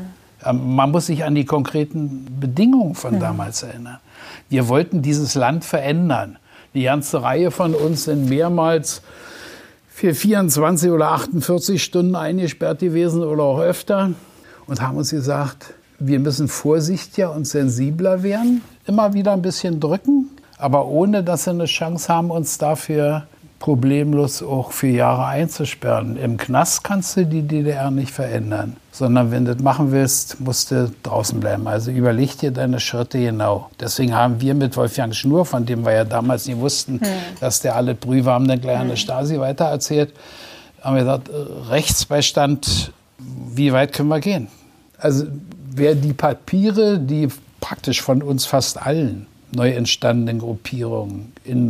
Man muss sich an die konkreten Bedingungen von damals erinnern. Wir wollten dieses Land verändern. Die ganze Reihe von uns sind mehrmals für 24 oder 48 Stunden eingesperrt gewesen oder auch öfter und haben uns gesagt, wir müssen vorsichtiger und sensibler werden, immer wieder ein bisschen drücken, aber ohne, dass sie eine Chance haben, uns dafür problemlos auch für Jahre einzusperren. Im Knast kannst du die DDR nicht verändern, sondern wenn du das machen willst, musst du draußen bleiben. Also überleg dir deine Schritte genau. Deswegen haben wir mit Wolfgang Schnur, von dem wir ja damals nicht wussten, dass der alle Brühwarm dann gleich an der Stasi weitererzählt, haben wir gesagt, Rechtsbeistand, wie weit können wir gehen? Also wer die Papiere, die praktisch von uns fast allen neu entstandenen Gruppierungen in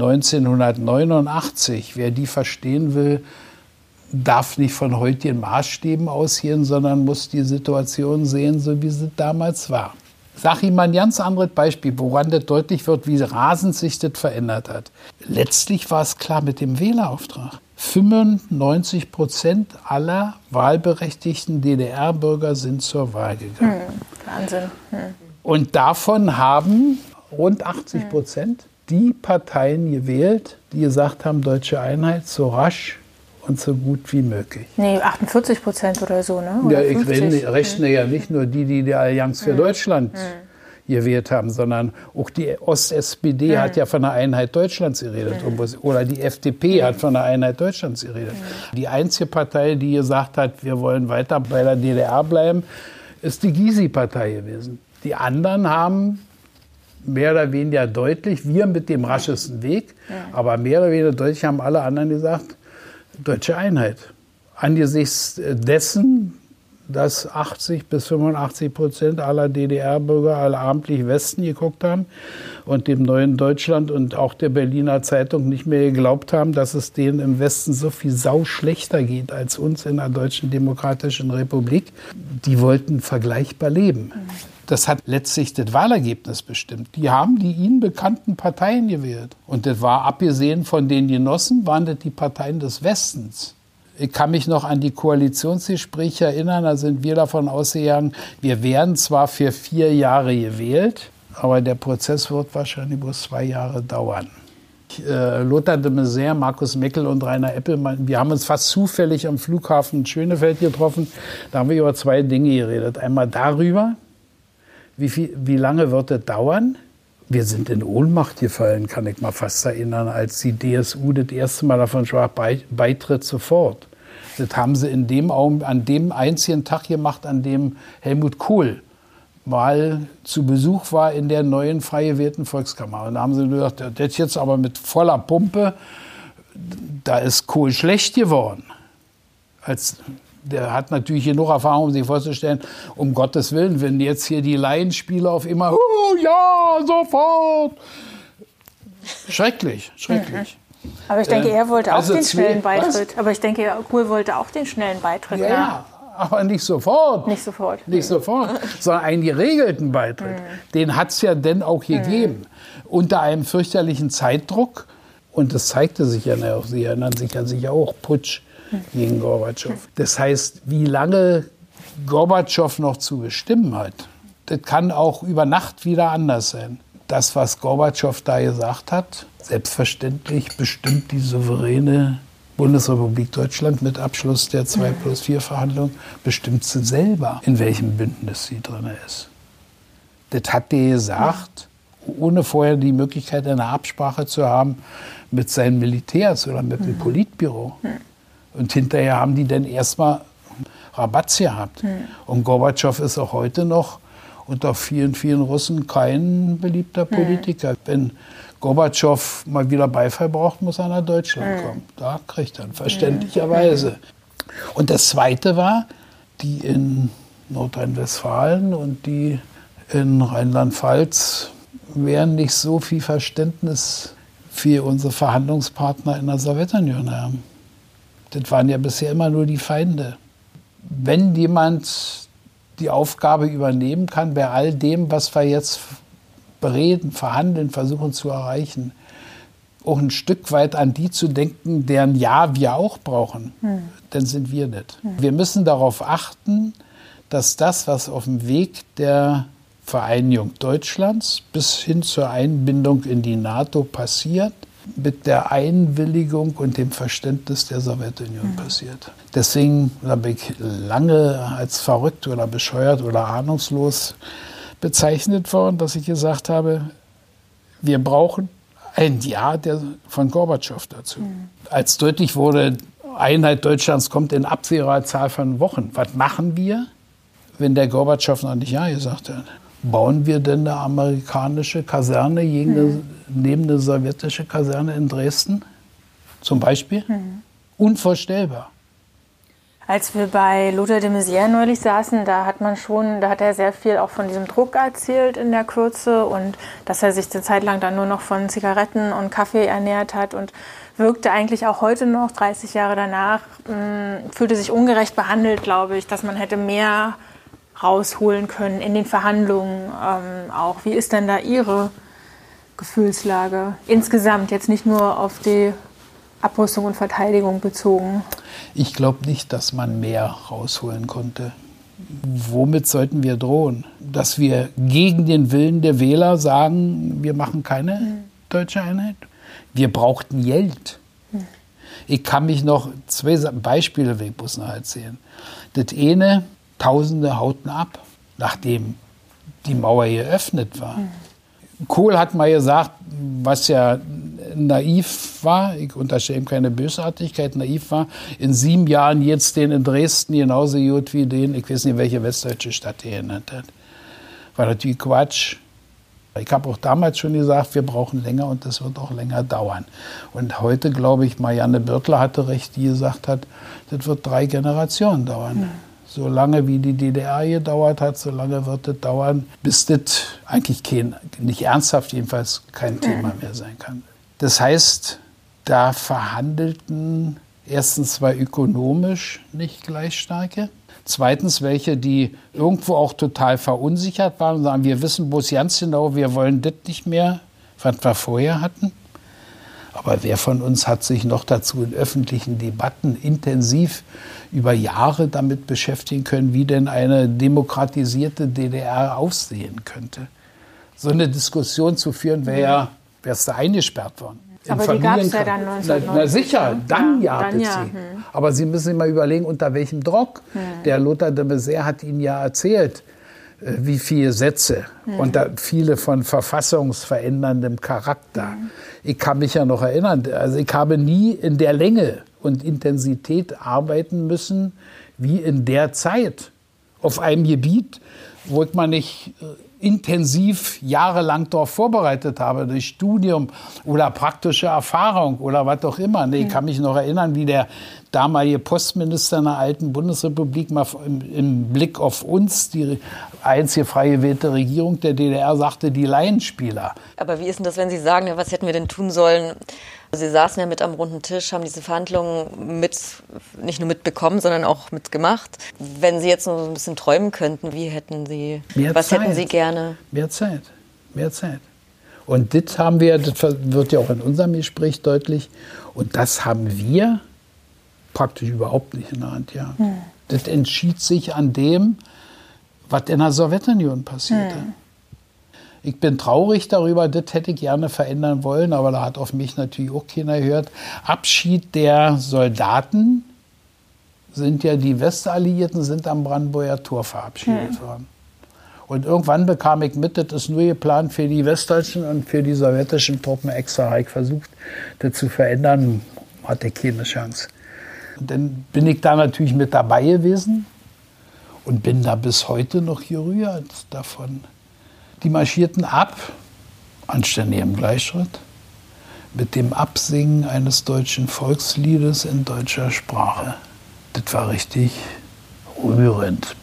1989, wer die verstehen will, darf nicht von heutigen Maßstäben ausgehen, sondern muss die Situation sehen, so wie sie damals war. Ich sage Ihnen mal ein ganz anderes Beispiel, woran das deutlich wird, wie rasend sich das verändert hat. Letztlich war es klar mit dem Wählerauftrag. 95% aller wahlberechtigten DDR-Bürger sind zur Wahl gegangen. Wahnsinn. Und davon haben rund 80% die Parteien gewählt, die gesagt haben, deutsche Einheit so rasch und so gut wie möglich. Nee, 48% oder so, ne? Oder ja, ich rechne ja nicht nur die Allianz für Deutschland gewählt haben, sondern auch die Ost-SPD hat ja von der Einheit Deutschlands geredet. Oder die FDP hat von der Einheit Deutschlands geredet. Die einzige Partei, die gesagt hat, wir wollen weiter bei der DDR bleiben, ist die Gysi-Partei gewesen. Die anderen haben mehr oder weniger deutlich, wir mit dem raschesten Weg, aber mehr oder weniger deutlich haben alle anderen gesagt, deutsche Einheit. Angesichts dessen, dass 80-85% aller DDR-Bürger alle abendlich Westen geguckt haben und dem neuen Deutschland und auch der Berliner Zeitung nicht mehr geglaubt haben, dass es denen im Westen so viel sau schlechter geht als uns in der Deutschen Demokratischen Republik. Die wollten vergleichbar leben. Das hat letztlich das Wahlergebnis bestimmt. Die haben die ihnen bekannten Parteien gewählt. Und das war, abgesehen von den Genossen, waren das die Parteien des Westens. Ich kann mich noch an die Koalitionsgespräche erinnern, da sind wir davon ausgegangen, wir werden zwar für 4 Jahre gewählt, aber der Prozess wird wahrscheinlich bloß 2 Jahre dauern. Lothar de Maizière, Markus Meckel und Rainer Eppelmann, wir haben uns fast zufällig am Flughafen Schönefeld getroffen. Da haben wir über 2 Dinge geredet. Einmal darüber, wie lange wird es dauern? Wir sind in Ohnmacht gefallen, kann ich mal fast erinnern, als die DSU das erste Mal davon sprach, Beitritt sofort. Das haben sie an dem einzigen Tag gemacht, an dem Helmut Kohl mal zu Besuch war in der neuen frei gewählten Volkskammer. Und da haben sie gesagt, das jetzt aber mit voller Pumpe, da ist Kohl schlecht geworden. Der hat natürlich genug Erfahrung, um sich vorzustellen, um Gottes Willen, wenn jetzt hier die Laienspieler auf immer, ja, sofort. Schrecklich. Aber ich denke, er wollte auch den schnellen Beitritt. Was? Aber ich denke, Kohl wollte auch den schnellen Beitritt. Ja, aber nicht sofort. Nicht sofort, sondern einen geregelten Beitritt. Den hat es ja dann auch gegeben. Unter einem fürchterlichen Zeitdruck. Und das zeigte sich ja auch, Sie erinnern sich ja sicher auch, Putsch gegen Gorbatschow. Das heißt, wie lange Gorbatschow noch zu bestimmen hat, das kann auch über Nacht wieder anders sein. Das, was Gorbatschow da gesagt hat, selbstverständlich bestimmt die souveräne Bundesrepublik Deutschland mit Abschluss der 2+4-Verhandlungen, bestimmt sie selber, in welchem Bündnis sie drin ist. Das hat er gesagt, ohne vorher die Möglichkeit einer Absprache zu haben mit seinen Militärs oder mit dem Politbüro. Und hinterher haben die dann erstmal Rabatz gehabt. Und Gorbatschow ist auch heute noch unter vielen, vielen Russen kein beliebter Politiker. Wenn Gorbatschow mal wieder Beifall braucht, muss er nach Deutschland kommen. Da kriegt er ihn, verständlicherweise. Und das Zweite war, die in Nordrhein-Westfalen und die in Rheinland-Pfalz werden nicht so viel Verständnis für unsere Verhandlungspartner in der Sowjetunion haben. Das waren ja bisher immer nur die Feinde. Wenn jemand die Aufgabe übernehmen kann, bei all dem, was wir jetzt bereden, verhandeln, versuchen zu erreichen, auch ein Stück weit an die zu denken, deren Ja wir auch brauchen, dann sind wir das. Wir müssen darauf achten, dass das, was auf dem Weg der Vereinigung Deutschlands bis hin zur Einbindung in die NATO passiert, mit der Einwilligung und dem Verständnis der Sowjetunion passiert. Deswegen habe ich lange als verrückt oder bescheuert oder ahnungslos bezeichnet worden, dass ich gesagt habe, wir brauchen ein Ja von Gorbatschow dazu. Als deutlich wurde, Einheit Deutschlands kommt in absehbarer Zahl von Wochen. Was machen wir, wenn der Gorbatschow noch nicht Ja gesagt hat? Bauen wir denn eine amerikanische Kaserne neben eine sowjetische Kaserne in Dresden? Zum Beispiel? Unvorstellbar. Als wir bei Lothar de Maizière neulich saßen, da hat er sehr viel auch von diesem Druck erzählt in der Kürze und dass er sich eine Zeit lang dann nur noch von Zigaretten und Kaffee ernährt hat und wirkte eigentlich auch heute noch, 30 Jahre danach, fühlte sich ungerecht behandelt, glaube ich, dass man hätte mehr rausholen können in den Verhandlungen auch. Wie ist denn da Ihre Gefühlslage insgesamt, jetzt nicht nur auf die Abrüstung und Verteidigung bezogen? Ich glaube nicht, dass man mehr rausholen konnte. Womit sollten wir drohen? Dass wir gegen den Willen der Wähler sagen, wir machen keine deutsche Einheit? Wir brauchten Geld. Ich kann mich noch 2 Beispiele will ich bloß noch erzählen. Das eine, Tausende hauten ab, nachdem die Mauer geöffnet war. Kohl hat mal gesagt, was ja naiv war, ich unterstelle ihm keine Bösartigkeit, naiv war, in 7 Jahren jetzt den in Dresden genauso gut wie den, ich weiß nicht, welche westdeutsche Stadt er genannt hat. War natürlich Quatsch. Ich habe auch damals schon gesagt, wir brauchen länger und das wird auch länger dauern. Und heute, glaube ich, Marianne Birtler hatte recht, die gesagt hat, das wird 3 Generationen dauern. Ja. So lange wie die DDR gedauert hat, so lange wird es dauern, bis das eigentlich nicht ernsthaft jedenfalls kein Thema mehr sein kann. Das heißt, da verhandelten erstens 2 ökonomisch nicht gleich starke. Zweitens welche, die irgendwo auch total verunsichert waren und sagen, wir wissen bloß ganz genau, wir wollen das nicht mehr, was wir vorher hatten. Aber wer von uns hat sich noch dazu in öffentlichen Debatten intensiv über Jahre damit beschäftigen können, wie denn eine demokratisierte DDR aussehen könnte? So eine Diskussion zu führen, wärst du eingesperrt worden. Aber die gab es ja dann 1990. Na sicher, dann gab es sie. Aber Sie müssen sich mal überlegen, unter welchem Druck. Der Lothar de Maizière hat Ihnen ja erzählt, wie viele Sätze und viele von verfassungsveränderndem Charakter. Ich kann mich ja noch erinnern, also ich habe nie in der Länge und Intensität arbeiten müssen, wie in der Zeit auf einem Gebiet, wo ich mal nicht intensiv jahrelang darauf vorbereitet habe, durch Studium oder praktische Erfahrung oder was auch immer. Nee, ich kann mich noch erinnern, wie der damalige Postminister in der alten Bundesrepublik mal im Blick auf uns, die einzige frei gewählte Regierung der DDR, sagte, die Laienspieler. Aber wie ist denn das, wenn Sie sagen, was hätten wir denn tun sollen? Sie saßen ja mit am runden Tisch, haben diese Verhandlungen nicht nur mitbekommen, sondern auch mitgemacht. Wenn Sie jetzt noch ein bisschen träumen könnten, wie hätten Sie, hätten Sie gerne? Mehr Zeit. Und das haben wir, das wird ja auch in unserem Gespräch deutlich, und das haben wir praktisch überhaupt nicht in der Hand, ja. Das entschied sich an dem, was in der Sowjetunion passierte. Ich bin traurig darüber, das hätte ich gerne verändern wollen, aber da hat auf mich natürlich auch keiner gehört. Abschied der Soldaten die Westalliierten sind am Brandenburger Tor verabschiedet worden. Und irgendwann bekam ich mit, das ist nur geplant für die westdeutschen und für die sowjetischen Truppen extra. Habe ich versucht, das zu verändern, hatte keine Chance. Und dann bin ich da natürlich mit dabei gewesen und bin da bis heute noch gerührt davon. Die marschierten ab, anständig im Gleichschritt, mit dem Absingen eines deutschen Volksliedes in deutscher Sprache. Das war richtig berührend.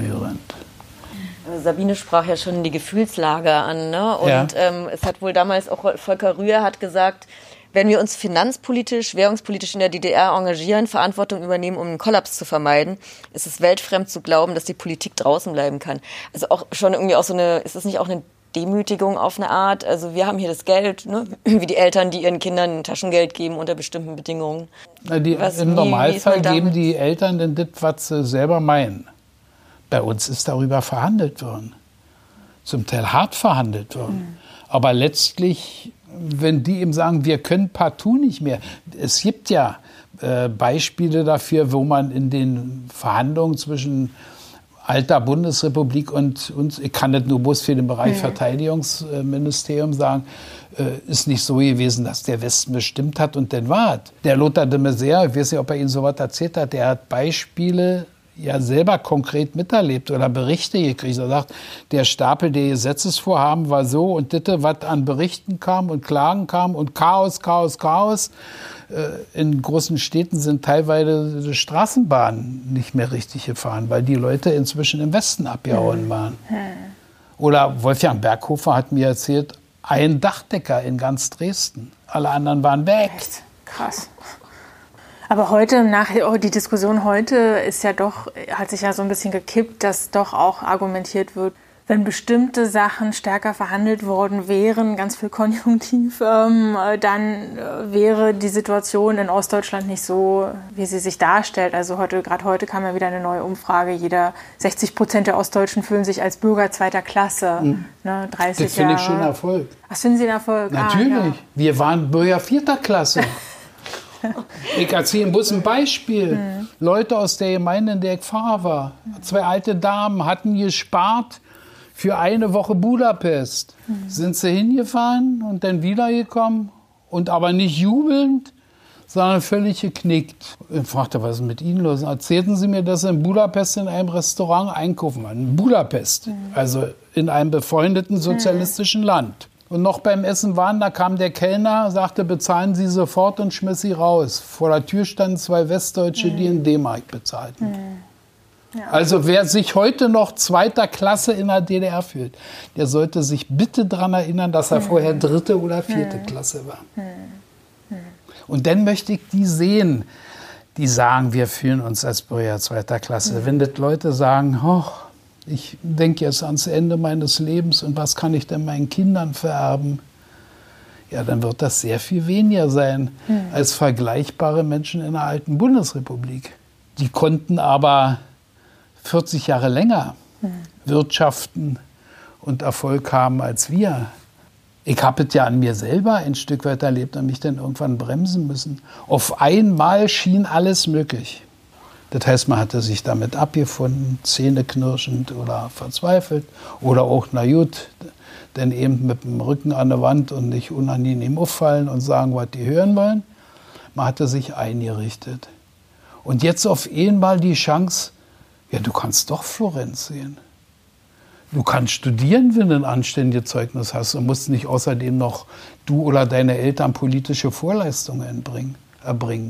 Sabine sprach ja schon die Gefühlslage an, ne? Und es hat wohl damals auch Volker Rühr hat gesagt, wenn wir uns finanzpolitisch, währungspolitisch in der DDR engagieren, Verantwortung übernehmen, um einen Kollaps zu vermeiden, ist es weltfremd zu glauben, dass die Politik draußen bleiben kann. Also auch schon irgendwie auch ist es nicht auch eine Demütigung auf eine Art? Also wir haben hier das Geld, ne? Wie die Eltern, die ihren Kindern Taschengeld geben unter bestimmten Bedingungen. Im Normalfall geben die Eltern denn das, was sie selber meinen. Bei uns ist darüber verhandelt worden. Zum Teil hart verhandelt worden. Aber letztlich, wenn die eben sagen, wir können partout nicht mehr. Es gibt ja Beispiele dafür, wo man in den Verhandlungen zwischen alter Bundesrepublik und uns, ich kann das nur bloß für den Bereich Verteidigungsministerium sagen, ist nicht so gewesen, dass der Westen bestimmt hat und dann war es. Der Lothar de Maizière, ich weiß nicht, ob er Ihnen sowas erzählt hat, der hat Beispiele ja selber konkret miterlebt oder Berichte gekriegt. Er sagt, der Stapel der Gesetzesvorhaben war so und das, was an Berichten kam und Klagen kam und Chaos. In großen Städten sind teilweise die Straßenbahnen nicht mehr richtig gefahren, weil die Leute inzwischen im Westen abgehauen waren. Oder Wolfgang Berghofer hat mir erzählt, ein Dachdecker in ganz Dresden. Alle anderen waren weg. Echt? Krass. Aber heute, die Diskussion heute ist ja doch, hat sich ja so ein bisschen gekippt, dass doch auch argumentiert wird, wenn bestimmte Sachen stärker verhandelt worden wären, ganz viel Konjunktiv, dann wäre die Situation in Ostdeutschland nicht so, wie sie sich darstellt. Also gerade heute kam ja wieder eine neue Umfrage. 60% der Ostdeutschen fühlen sich als Bürger zweiter Klasse. Ne, 30 das finde ich schon Erfolg. Was finden Sie einen Erfolg? Natürlich. Wir waren Bürger vierter Klasse. Ich erzähle bloß ein Beispiel. Leute aus der Gemeinde, in der ich Pfarrer war, 2 alte Damen hatten gespart für eine Woche Budapest. Sind sie hingefahren und dann wiedergekommen und aber nicht jubelnd, sondern völlig geknickt. Ich fragte, was ist mit Ihnen los? Erzählten Sie mir, dass Sie in Budapest in einem Restaurant einkaufen waren. In Budapest, also in einem befreundeten sozialistischen Land. Und noch beim Essen waren, da kam der Kellner, sagte, bezahlen Sie sofort und schmiss sie raus. Vor der Tür standen 2 Westdeutsche, die in D-Mark bezahlten. Ja. Also wer sich heute noch 2. Klasse in der DDR fühlt, der sollte sich bitte daran erinnern, dass er vorher 3. oder 4. Klasse war. Und dann möchte ich die sehen, die sagen, wir fühlen uns als Bürger 2. Klasse. Wenn das Leute sagen, ich denke jetzt ans Ende meines Lebens und was kann ich denn meinen Kindern vererben? Ja, dann wird das sehr viel weniger sein als vergleichbare Menschen in der alten Bundesrepublik. Die konnten aber 40 Jahre länger wirtschaften und Erfolg haben als wir. Ich habe es ja an mir selber ein Stück weit erlebt und mich dann irgendwann bremsen müssen. Auf einmal schien alles möglich. Das heißt, man hatte sich damit abgefunden, zähneknirschend oder verzweifelt. Oder auch, na gut, dann eben mit dem Rücken an der Wand und nicht unangenehm auffallen und sagen, was die hören wollen. Man hatte sich eingerichtet. Und jetzt auf einmal die Chance, ja, du kannst doch Florenz sehen. Du kannst studieren, wenn du ein anständiges Zeugnis hast und musst nicht außerdem noch du oder deine Eltern politische Vorleistungen erbringen.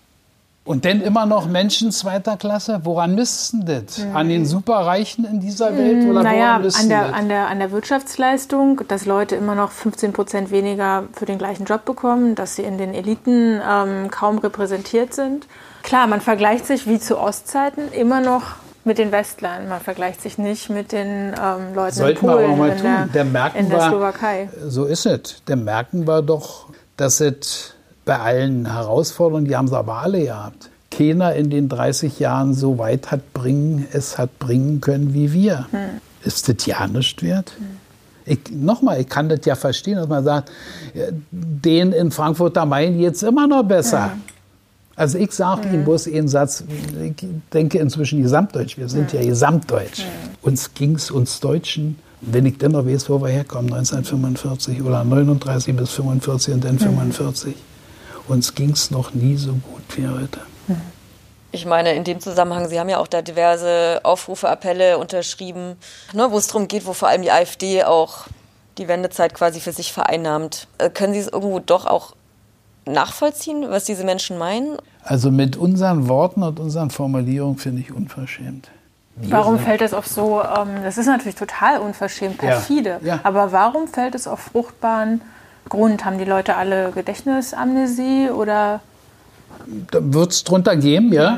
Und dann immer noch Menschen 2. Klasse? Woran misst denn das? An den Superreichen in dieser Welt? Oder naja, woran an der Wirtschaftsleistung, dass Leute immer noch 15% weniger für den gleichen Job bekommen, dass sie in den Eliten kaum repräsentiert sind. Klar, man vergleicht sich wie zu Ostzeiten immer noch mit den Westlern. Man vergleicht sich nicht mit den Leuten Sollten in Polen, wir auch mal tun. in der Slowakei. So ist es. Dann merken wir doch, dass es bei allen Herausforderungen, die haben sie aber alle gehabt, keiner in den 30 Jahren so weit hat bringen können wie wir. Ist das ja nicht wert? Ich kann das ja verstehen, dass man sagt, denen in Frankfurt am Main geht's immer noch besser. Also ich sage Ihnen bloß einen Satz, ich denke inzwischen gesamtdeutsch, wir sind ja gesamtdeutsch. Uns Deutschen, wenn ich dann noch weiß, wo wir herkommen, 1945 oder 39 bis 45 und dann 45, uns ging es noch nie so gut wie heute. Ich meine, in dem Zusammenhang, Sie haben ja auch da diverse Aufrufe, Appelle unterschrieben, wo es darum geht, wo vor allem die AfD auch die Wendezeit quasi für sich vereinnahmt. Können Sie es irgendwo doch auch nachvollziehen, was diese Menschen meinen? Also mit unseren Worten und unseren Formulierungen finde ich unverschämt. Warum fällt es auf so, das ist natürlich total unverschämt, perfide, aber warum fällt es auf fruchtbaren Grund? Haben die Leute alle Gedächtnisamnesie oder? Da wird es drunter geben, ja.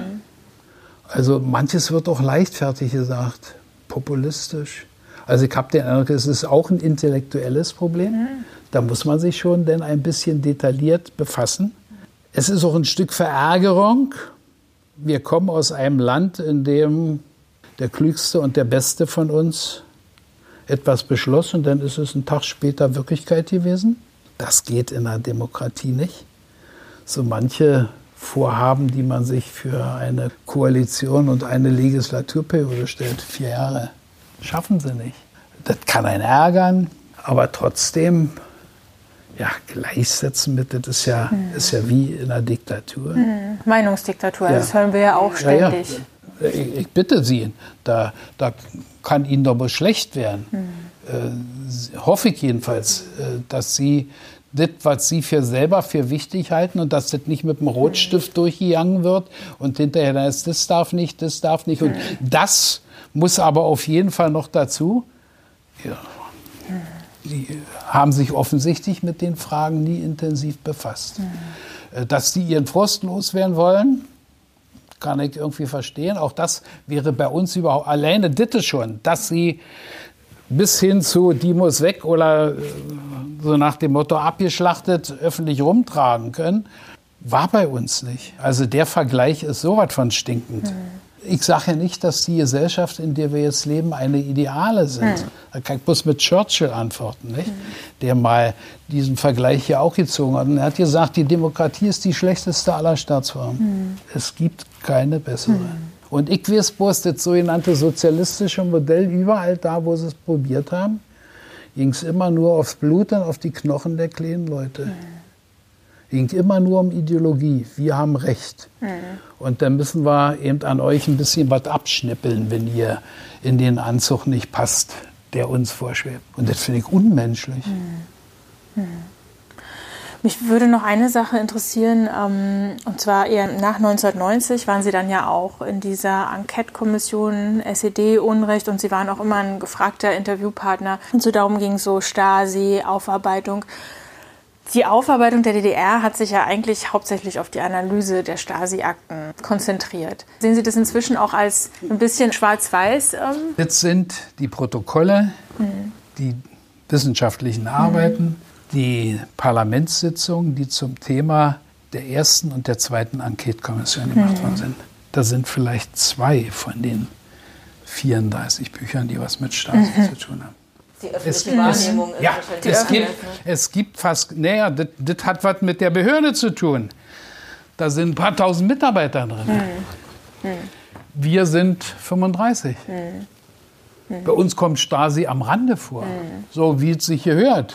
Also manches wird auch leichtfertig gesagt, populistisch. Also ich habe den Eindruck, es ist auch ein intellektuelles Problem. Da muss man sich schon denn ein bisschen detailliert befassen. Es ist auch ein Stück Verärgerung. Wir kommen aus einem Land, in dem der Klügste und der Beste von uns etwas beschloss und dann ist es einen Tag später Wirklichkeit gewesen. Das geht in einer Demokratie nicht. So manche Vorhaben, die man sich für eine Koalition und eine Legislaturperiode stellt, 4 Jahre, schaffen sie nicht. Das kann einen ärgern, aber trotzdem gleichsetzen mit, das ist ja wie in einer Diktatur. Meinungsdiktatur, das hören wir ja auch ständig. Ich bitte Sie, da kann Ihnen doch mal schlecht werden. Hoffe ich jedenfalls, dass Sie das, was Sie selber für wichtig halten und dass das nicht mit dem Rotstift durchgegangen wird und hinterher dann ist, das darf nicht. Und das muss aber auf jeden Fall noch dazu. Ja. Die haben sich offensichtlich mit den Fragen nie intensiv befasst. Dass die ihren Frust loswerden wollen, kann ich irgendwie verstehen. Auch das wäre bei uns überhaupt alleine das schon, dass sie bis hin zu die muss weg oder so nach dem Motto abgeschlachtet öffentlich rumtragen können, war bei uns nicht. Also der Vergleich ist sowas von stinkend. Ich sage ja nicht, dass die Gesellschaft, in der wir jetzt leben, eine Ideale sind. Da kann ich bloß mit Churchill antworten, nicht? Der mal diesen Vergleich hier auch gezogen hat. Und er hat gesagt, die Demokratie ist die schlechteste aller Staatsformen. Es gibt keine bessere. Und ich weiß bloß, das sogenannte sozialistische Modell, überall da, wo sie es probiert haben, ging es immer nur aufs Blut und auf die Knochen der kleinen Leute. Ging immer nur um Ideologie. Wir haben Recht. Und dann müssen wir eben an euch ein bisschen was abschnippeln, wenn ihr in den Anzug nicht passt, der uns vorschwebt. Und das finde ich unmenschlich. Mich würde noch eine Sache interessieren, und zwar eher nach 1990 waren Sie dann ja auch in dieser Enquete-Kommission SED-Unrecht und Sie waren auch immer ein gefragter Interviewpartner. Und so darum ging es so Stasi, Aufarbeitung. Die Aufarbeitung der DDR hat sich ja eigentlich hauptsächlich auf die Analyse der Stasi-Akten konzentriert. Sehen Sie das inzwischen auch als ein bisschen schwarz-weiß? Das sind die Protokolle, die wissenschaftlichen Arbeiten, die Parlamentssitzungen, die zum Thema der ersten und der zweiten Enquete-Kommission gemacht worden sind. Da sind vielleicht 2 von den 34 Büchern, die was mit Stasi zu tun haben. Die öffentliche Wahrnehmung ist wahrscheinlich es gibt fast, das hat was mit der Behörde zu tun. Da sind ein paar tausend Mitarbeiter drin. Wir sind 35. Bei uns kommt Stasi am Rande vor, so wie es sich gehört.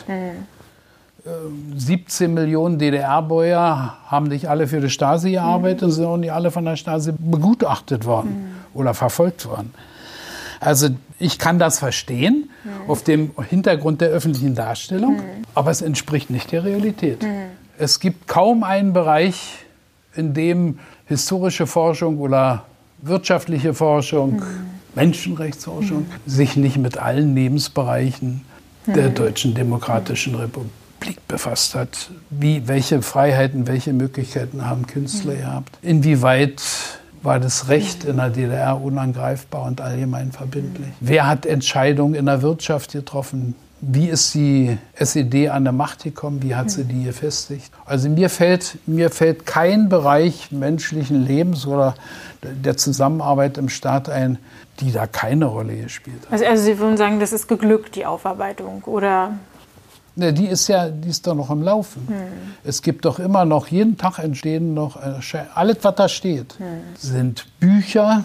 17 Millionen DDR-Bürger haben nicht alle für die Stasi gearbeitet und sind auch nicht alle von der Stasi begutachtet worden oder verfolgt worden. Also ich kann das verstehen auf dem Hintergrund der öffentlichen Darstellung, aber es entspricht nicht der Realität. Es gibt kaum einen Bereich, in dem historische Forschung oder wirtschaftliche Forschung, Menschenrechtsforschung sich nicht mit allen Lebensbereichen der Deutschen Demokratischen Republik befasst hat. Welche Freiheiten, welche Möglichkeiten haben Künstler gehabt? Inwieweit war das Recht in der DDR unangreifbar und allgemein verbindlich? Wer hat Entscheidungen in der Wirtschaft getroffen? Wie ist die SED an der Macht gekommen? Wie hat sie die gefestigt? Also mir fällt kein Bereich menschlichen Lebens oder der Zusammenarbeit im Staat ein, die da keine Rolle gespielt hat. Also Sie würden sagen, das ist geglückt, die Aufarbeitung, oder? Ne, die ist doch noch im Laufen. Es gibt doch immer noch, jeden Tag entstehen noch, alles was da steht, sind Bücher,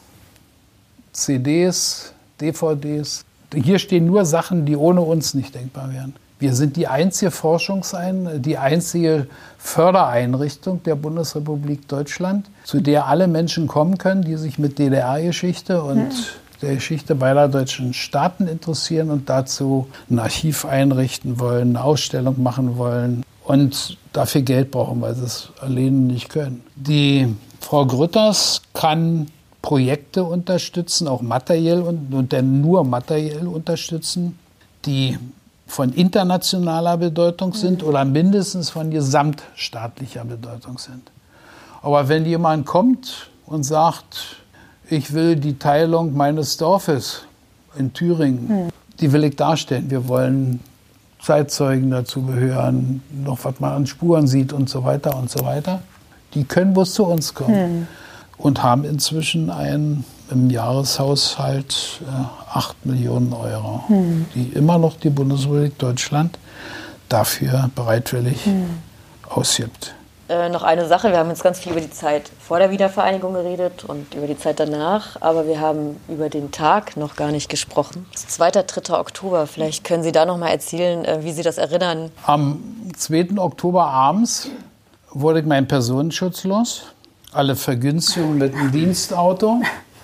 CDs, DVDs. Hier stehen nur Sachen, die ohne uns nicht denkbar wären. Wir sind die einzige die einzige Fördereinrichtung der Bundesrepublik Deutschland, zu der alle Menschen kommen können, die sich mit DDR-Geschichte und der Geschichte beider deutschen Staaten interessieren und dazu ein Archiv einrichten wollen, eine Ausstellung machen wollen und dafür Geld brauchen, weil sie es alleine nicht können. Die Frau Grütters kann Projekte unterstützen, auch materiell und dann nur materiell unterstützen, die von internationaler Bedeutung sind oder mindestens von gesamtstaatlicher Bedeutung sind. Aber wenn jemand kommt und sagt, ich will die Teilung meines Dorfes in Thüringen, die will ich darstellen. Wir wollen Zeitzeugen dazu behören, noch was man an Spuren sieht und so weiter und so weiter. Die können bloß zu uns kommen und haben inzwischen im Jahreshaushalt 8 Millionen Euro, die immer noch die Bundesrepublik Deutschland dafür bereitwillig ausgibt. Noch eine Sache, wir haben jetzt ganz viel über die Zeit vor der Wiedervereinigung geredet und über die Zeit danach, aber wir haben über den Tag noch gar nicht gesprochen. 2. 3. Oktober, vielleicht können Sie da noch mal erzählen, wie Sie das erinnern. Am 2. Oktober abends wurde ich meinen Personenschutz los, alle Vergünstigungen mit dem Dienstauto.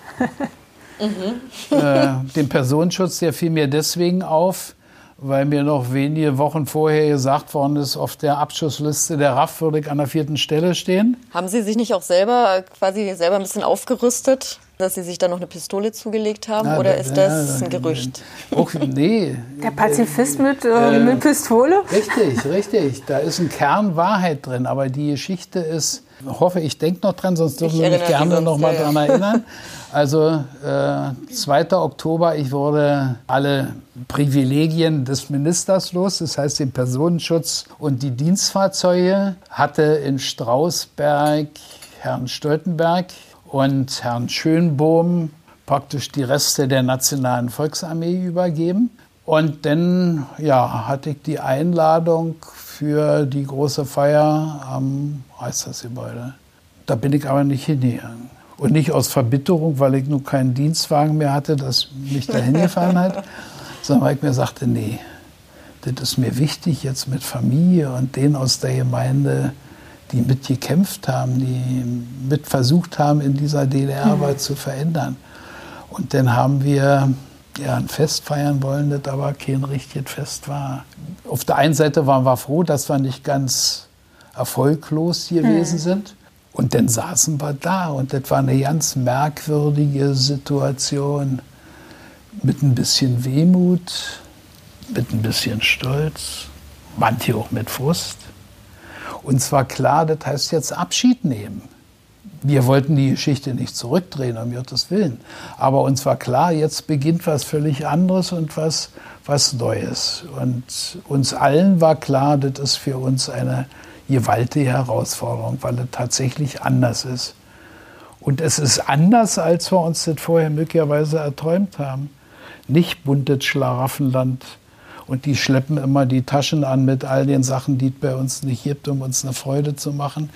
Den Personenschutz, der fiel mir deswegen auf, weil mir noch wenige Wochen vorher gesagt worden ist, auf der Abschussliste der RAF würde ich an der 4. Stelle stehen. Haben Sie sich nicht auch selber ein bisschen aufgerüstet, dass Sie sich da noch eine Pistole zugelegt haben? Oder ist das ein Gerücht? Nee. Der Pazifist mit Pistole? Richtig. Da ist ein Kern Wahrheit drin. Aber die Geschichte ist, ich denke noch dran, sonst dürfen Sie mich gerne noch mal dran erinnern. Also 2. Oktober, ich wurde alle Privilegien des Ministers los, das heißt den Personenschutz und die Dienstfahrzeuge, hatte in Strausberg Herrn Stoltenberg und Herrn Schönbohm praktisch die Reste der Nationalen Volksarmee übergeben. Und dann hatte ich die Einladung für die große Feier am Reichstagsgebäude. Da bin ich aber nicht hingegangen. Und nicht aus Verbitterung, weil ich nun keinen Dienstwagen mehr hatte, das mich da hingefahren hat, sondern weil ich mir sagte, nee, das ist mir wichtig jetzt mit Familie und denen aus der Gemeinde, die mitgekämpft haben, die mit versucht haben, in dieser DDR was zu verändern. Und dann haben wir ein Fest feiern wollen, das aber kein richtiges Fest war. Auf der einen Seite waren wir froh, dass wir nicht ganz erfolglos gewesen sind. Und dann saßen wir da und das war eine ganz merkwürdige Situation mit ein bisschen Wehmut, mit ein bisschen Stolz, manche auch mit Frust. Und zwar klar, das heißt jetzt Abschied nehmen. Wir wollten die Geschichte nicht zurückdrehen, um Gottes Willen. Aber uns war klar, jetzt beginnt was völlig anderes und was Neues. Und uns allen war klar, das ist für uns eine gewaltige Herausforderung, weil es tatsächlich anders ist. Und es ist anders, als wir uns das vorher möglicherweise erträumt haben. Nicht buntes Schlaraffenland und die schleppen immer die Taschen an mit all den Sachen, die es bei uns nicht gibt, um uns eine Freude zu machen.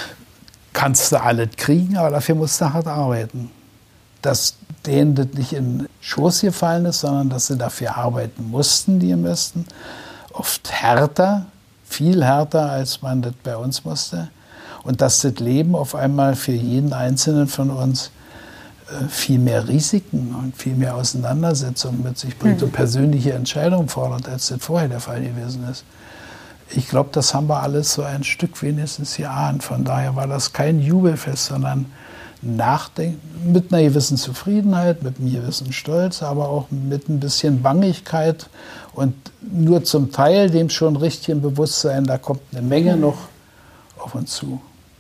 Kannst du alles kriegen, aber dafür musst du hart arbeiten. Dass denen das nicht in den Schoß gefallen ist, sondern dass sie dafür arbeiten mussten, die im Westen. Oft härter, viel härter, als man das bei uns musste. Und dass das Leben auf einmal für jeden Einzelnen von uns viel mehr Risiken und viel mehr Auseinandersetzungen mit sich bringt und persönliche Entscheidungen fordert, als das vorher der Fall gewesen ist. Ich glaube, das haben wir alles so ein Stück wenigstens geahnt. Von daher war das kein Jubelfest, sondern Nachdenken mit einer gewissen Zufriedenheit, mit einem gewissen Stolz, aber auch mit ein bisschen Bangigkeit und nur zum Teil dem schon richtigen Bewusstsein, da kommt eine Menge noch auf uns zu.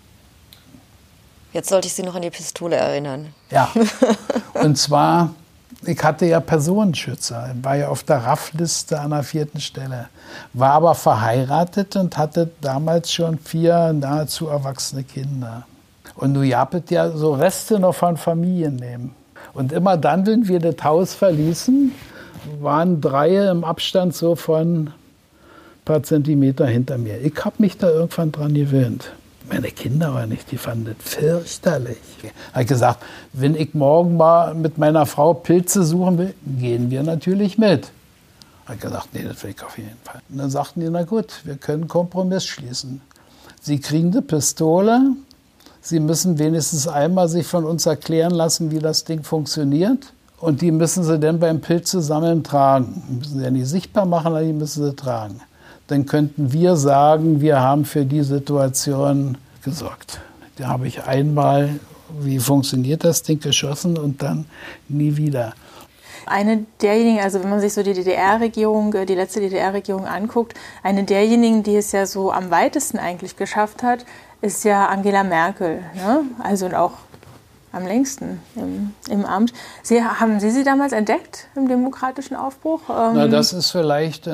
Jetzt sollte ich Sie noch an die Pistole erinnern. Ja, und zwar, ich hatte ja Personenschützer, war ja auf der RAF-Liste an der 4. Stelle, war aber verheiratet und hatte damals schon 4 nahezu erwachsene Kinder. Und nun gab es ja so Reste noch von Familienleben. Und immer dann, wenn wir das Haus verließen, waren 3 im Abstand so von ein paar Zentimeter hinter mir. Ich habe mich da irgendwann dran gewöhnt. Meine Kinder aber nicht, die fanden das fürchterlich. Ich habe gesagt, wenn ich morgen mal mit meiner Frau Pilze suchen will, gehen wir natürlich mit. Ich habe gesagt, nee, das will ich auf jeden Fall. Und dann sagten die, na gut, wir können einen Kompromiss schließen. Sie kriegen eine Pistole, Sie müssen wenigstens einmal sich von uns erklären lassen, wie das Ding funktioniert. Und die müssen Sie dann beim Pilzesammeln tragen. Die müssen Sie ja nicht sichtbar machen, aber die müssen Sie tragen. Dann könnten wir sagen, wir haben für die Situation gesorgt. Da habe ich einmal, wie funktioniert das Ding, geschossen und dann nie wieder. Eine derjenigen, also wenn man sich so die DDR-Regierung, die letzte DDR-Regierung anguckt, eine derjenigen, die es ja so am weitesten eigentlich geschafft hat, ist ja Angela Merkel, ne? Also auch am längsten im Amt. Haben Sie damals entdeckt im demokratischen Aufbruch? Na, das ist vielleicht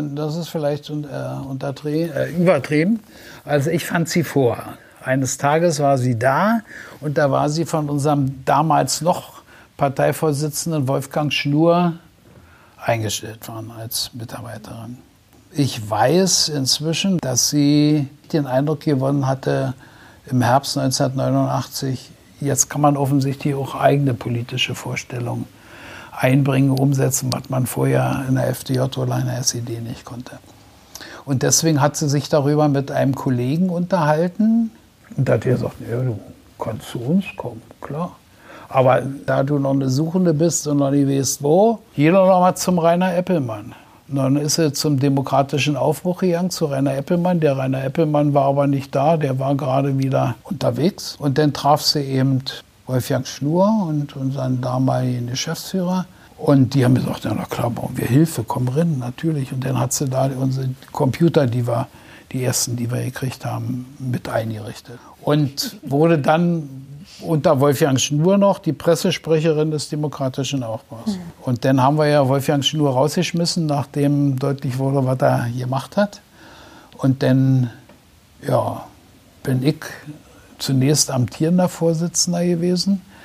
übertrieben. Also ich fand sie vor. Eines Tages war sie da und da war sie von unserem damals noch Parteivorsitzenden Wolfgang Schnur eingestellt worden als Mitarbeiterin. Ich weiß inzwischen, dass sie den Eindruck gewonnen hatte, im Herbst 1989, jetzt kann man offensichtlich auch eigene politische Vorstellungen einbringen, umsetzen, was man vorher in der FDJ oder in der SED nicht konnte. Und deswegen hat sie sich darüber mit einem Kollegen unterhalten und da hat er gesagt, ja, du kannst zu uns kommen, klar. Aber da du noch eine Suchende bist und noch nicht weißt wo, geh doch noch mal zum Rainer Eppelmann. Und dann ist er zum demokratischen Aufbruch gegangen, zu Rainer Eppelmann. Der Rainer Eppelmann war aber nicht da, der war gerade wieder unterwegs. Und dann traf sie eben Wolfgang Schnur und unseren damaligen Geschäftsführer. Und die haben gesagt, ja, na klar, brauchen wir Hilfe, komm rein, natürlich. Und dann hat sie da unsere Computer, die ersten, die wir gekriegt haben, mit eingerichtet. Und wurde dann unter Wolfgang Schnur noch die Pressesprecherin des demokratischen Aufbaus. Und dann haben wir ja Wolfgang Schnur rausgeschmissen, nachdem deutlich wurde, was er gemacht hat. Und dann bin ich zunächst amtierender Vorsitzender gewesen.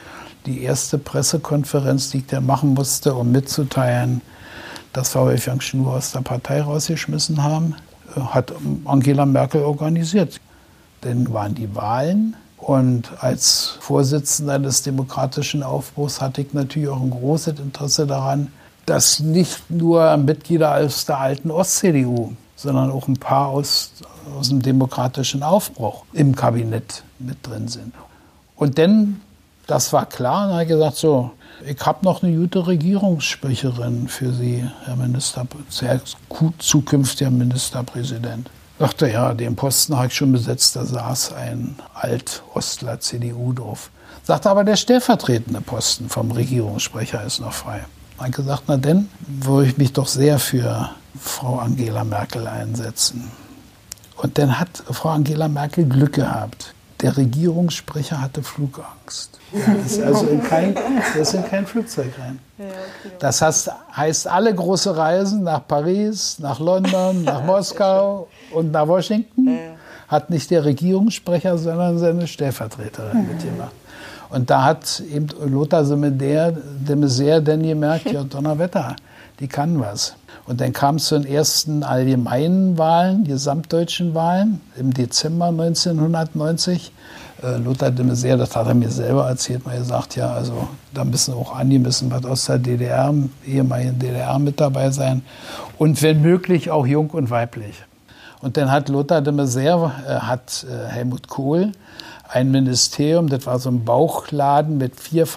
die erste Pressekonferenz, die ich da machen musste, um mitzuteilen, dass wir Wolfgang Schnur aus der Partei rausgeschmissen haben, hat Angela Merkel organisiert. Dann waren die Wahlen und als Vorsitzender des demokratischen Aufbruchs hatte ich natürlich auch ein großes Interesse daran, dass nicht nur Mitglieder aus der alten Ost-CDU, sondern auch ein paar aus dem demokratischen Aufbruch im Kabinett mit drin sind. Und dann, das war klar, dann habe ich gesagt, so, ich habe noch eine gute Regierungssprecherin für Sie, Herr zukünftiger Ministerpräsident. Ich dachte, ja, den Posten habe ich schon besetzt, da saß ein Alt-Ostler CDU drauf. Sagte aber, der stellvertretende Posten vom Regierungssprecher ist noch frei. Ich habe gesagt, na denn, würde ich mich doch sehr für Frau Angela Merkel einsetzen. Und dann hat Frau Angela Merkel Glück gehabt. Der Regierungssprecher hatte Flugangst. Er ist also in kein Flugzeug rein. Das heißt, alle große Reisen nach Paris, nach London, nach Moskau und nach Washington hat nicht der Regierungssprecher, sondern seine Stellvertreterin mitgemacht. Und da hat eben Lothar de Maizière dann gemerkt, ja, Donnerwetter, die kann was. Und dann kam es zu den ersten allgemeinen Wahlen, gesamtdeutschen Wahlen im Dezember 1990. Lothar de Maizière, das hat er mir selber erzählt, mal gesagt, ja, also da müssen auch angemessen was aus der DDR, ehemaligen DDR mit dabei sein und wenn möglich auch jung und weiblich. Und dann hat Lothar de Maizière, Helmut Kohl, ein Ministerium, das war so ein Bauchladen mit 4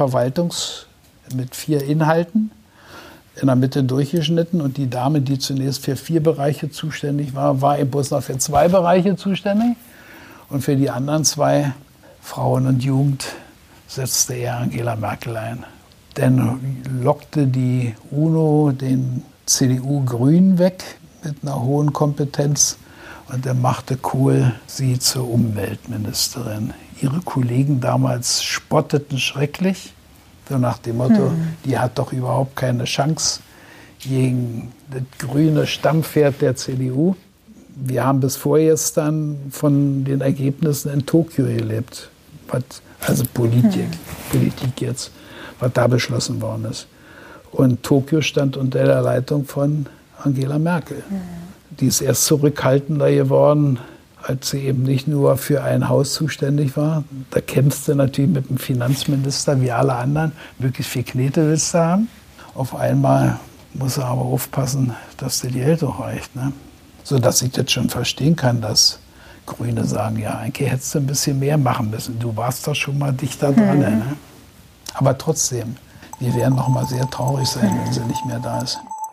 Inhalten, in der Mitte durchgeschnitten und die Dame, die zunächst für 4 Bereiche zuständig war, war eben bloß noch für 2 Bereiche zuständig und für die anderen 2, Frauen und Jugend, setzte er Angela Merkel ein. Dann lockte die UNO den CDU-Grünen weg mit einer hohen Kompetenz und dann machte Kohl sie zur Umweltministerin. Ihre Kollegen damals spotteten schrecklich, so nach dem Motto, die hat doch überhaupt keine Chance gegen das grüne Stammpferd der CDU. Wir haben bis vorgestern von den Ergebnissen in Tokio gelebt, also Politik jetzt, was da beschlossen worden ist. Und Tokio stand unter der Leitung von Angela Merkel. Die ist erst zurückhaltender geworden, als sie eben nicht nur für ein Haus zuständig war. Da kämpfst du natürlich mit dem Finanzminister wie alle anderen, möglichst viel Knete willst du haben. Auf einmal muss er aber aufpassen, dass dir die Geld auch reicht. Ne? Sodass ich das schon verstehen kann, dass Grüne sagen, ja, eigentlich hättest du ein bisschen mehr machen müssen. Du warst doch schon mal dichter dran. Ne? Aber trotzdem, wir werden noch mal sehr traurig sein, wenn sie nicht mehr da ist.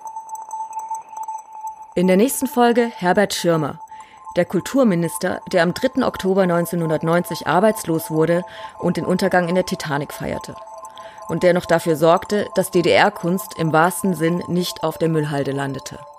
In der nächsten Folge Herbert Schirmer, der Kulturminister, der am 3. Oktober 1990 arbeitslos wurde und den Untergang in der Titanic feierte. Und der noch dafür sorgte, dass DDR-Kunst im wahrsten Sinn nicht auf der Müllhalde landete.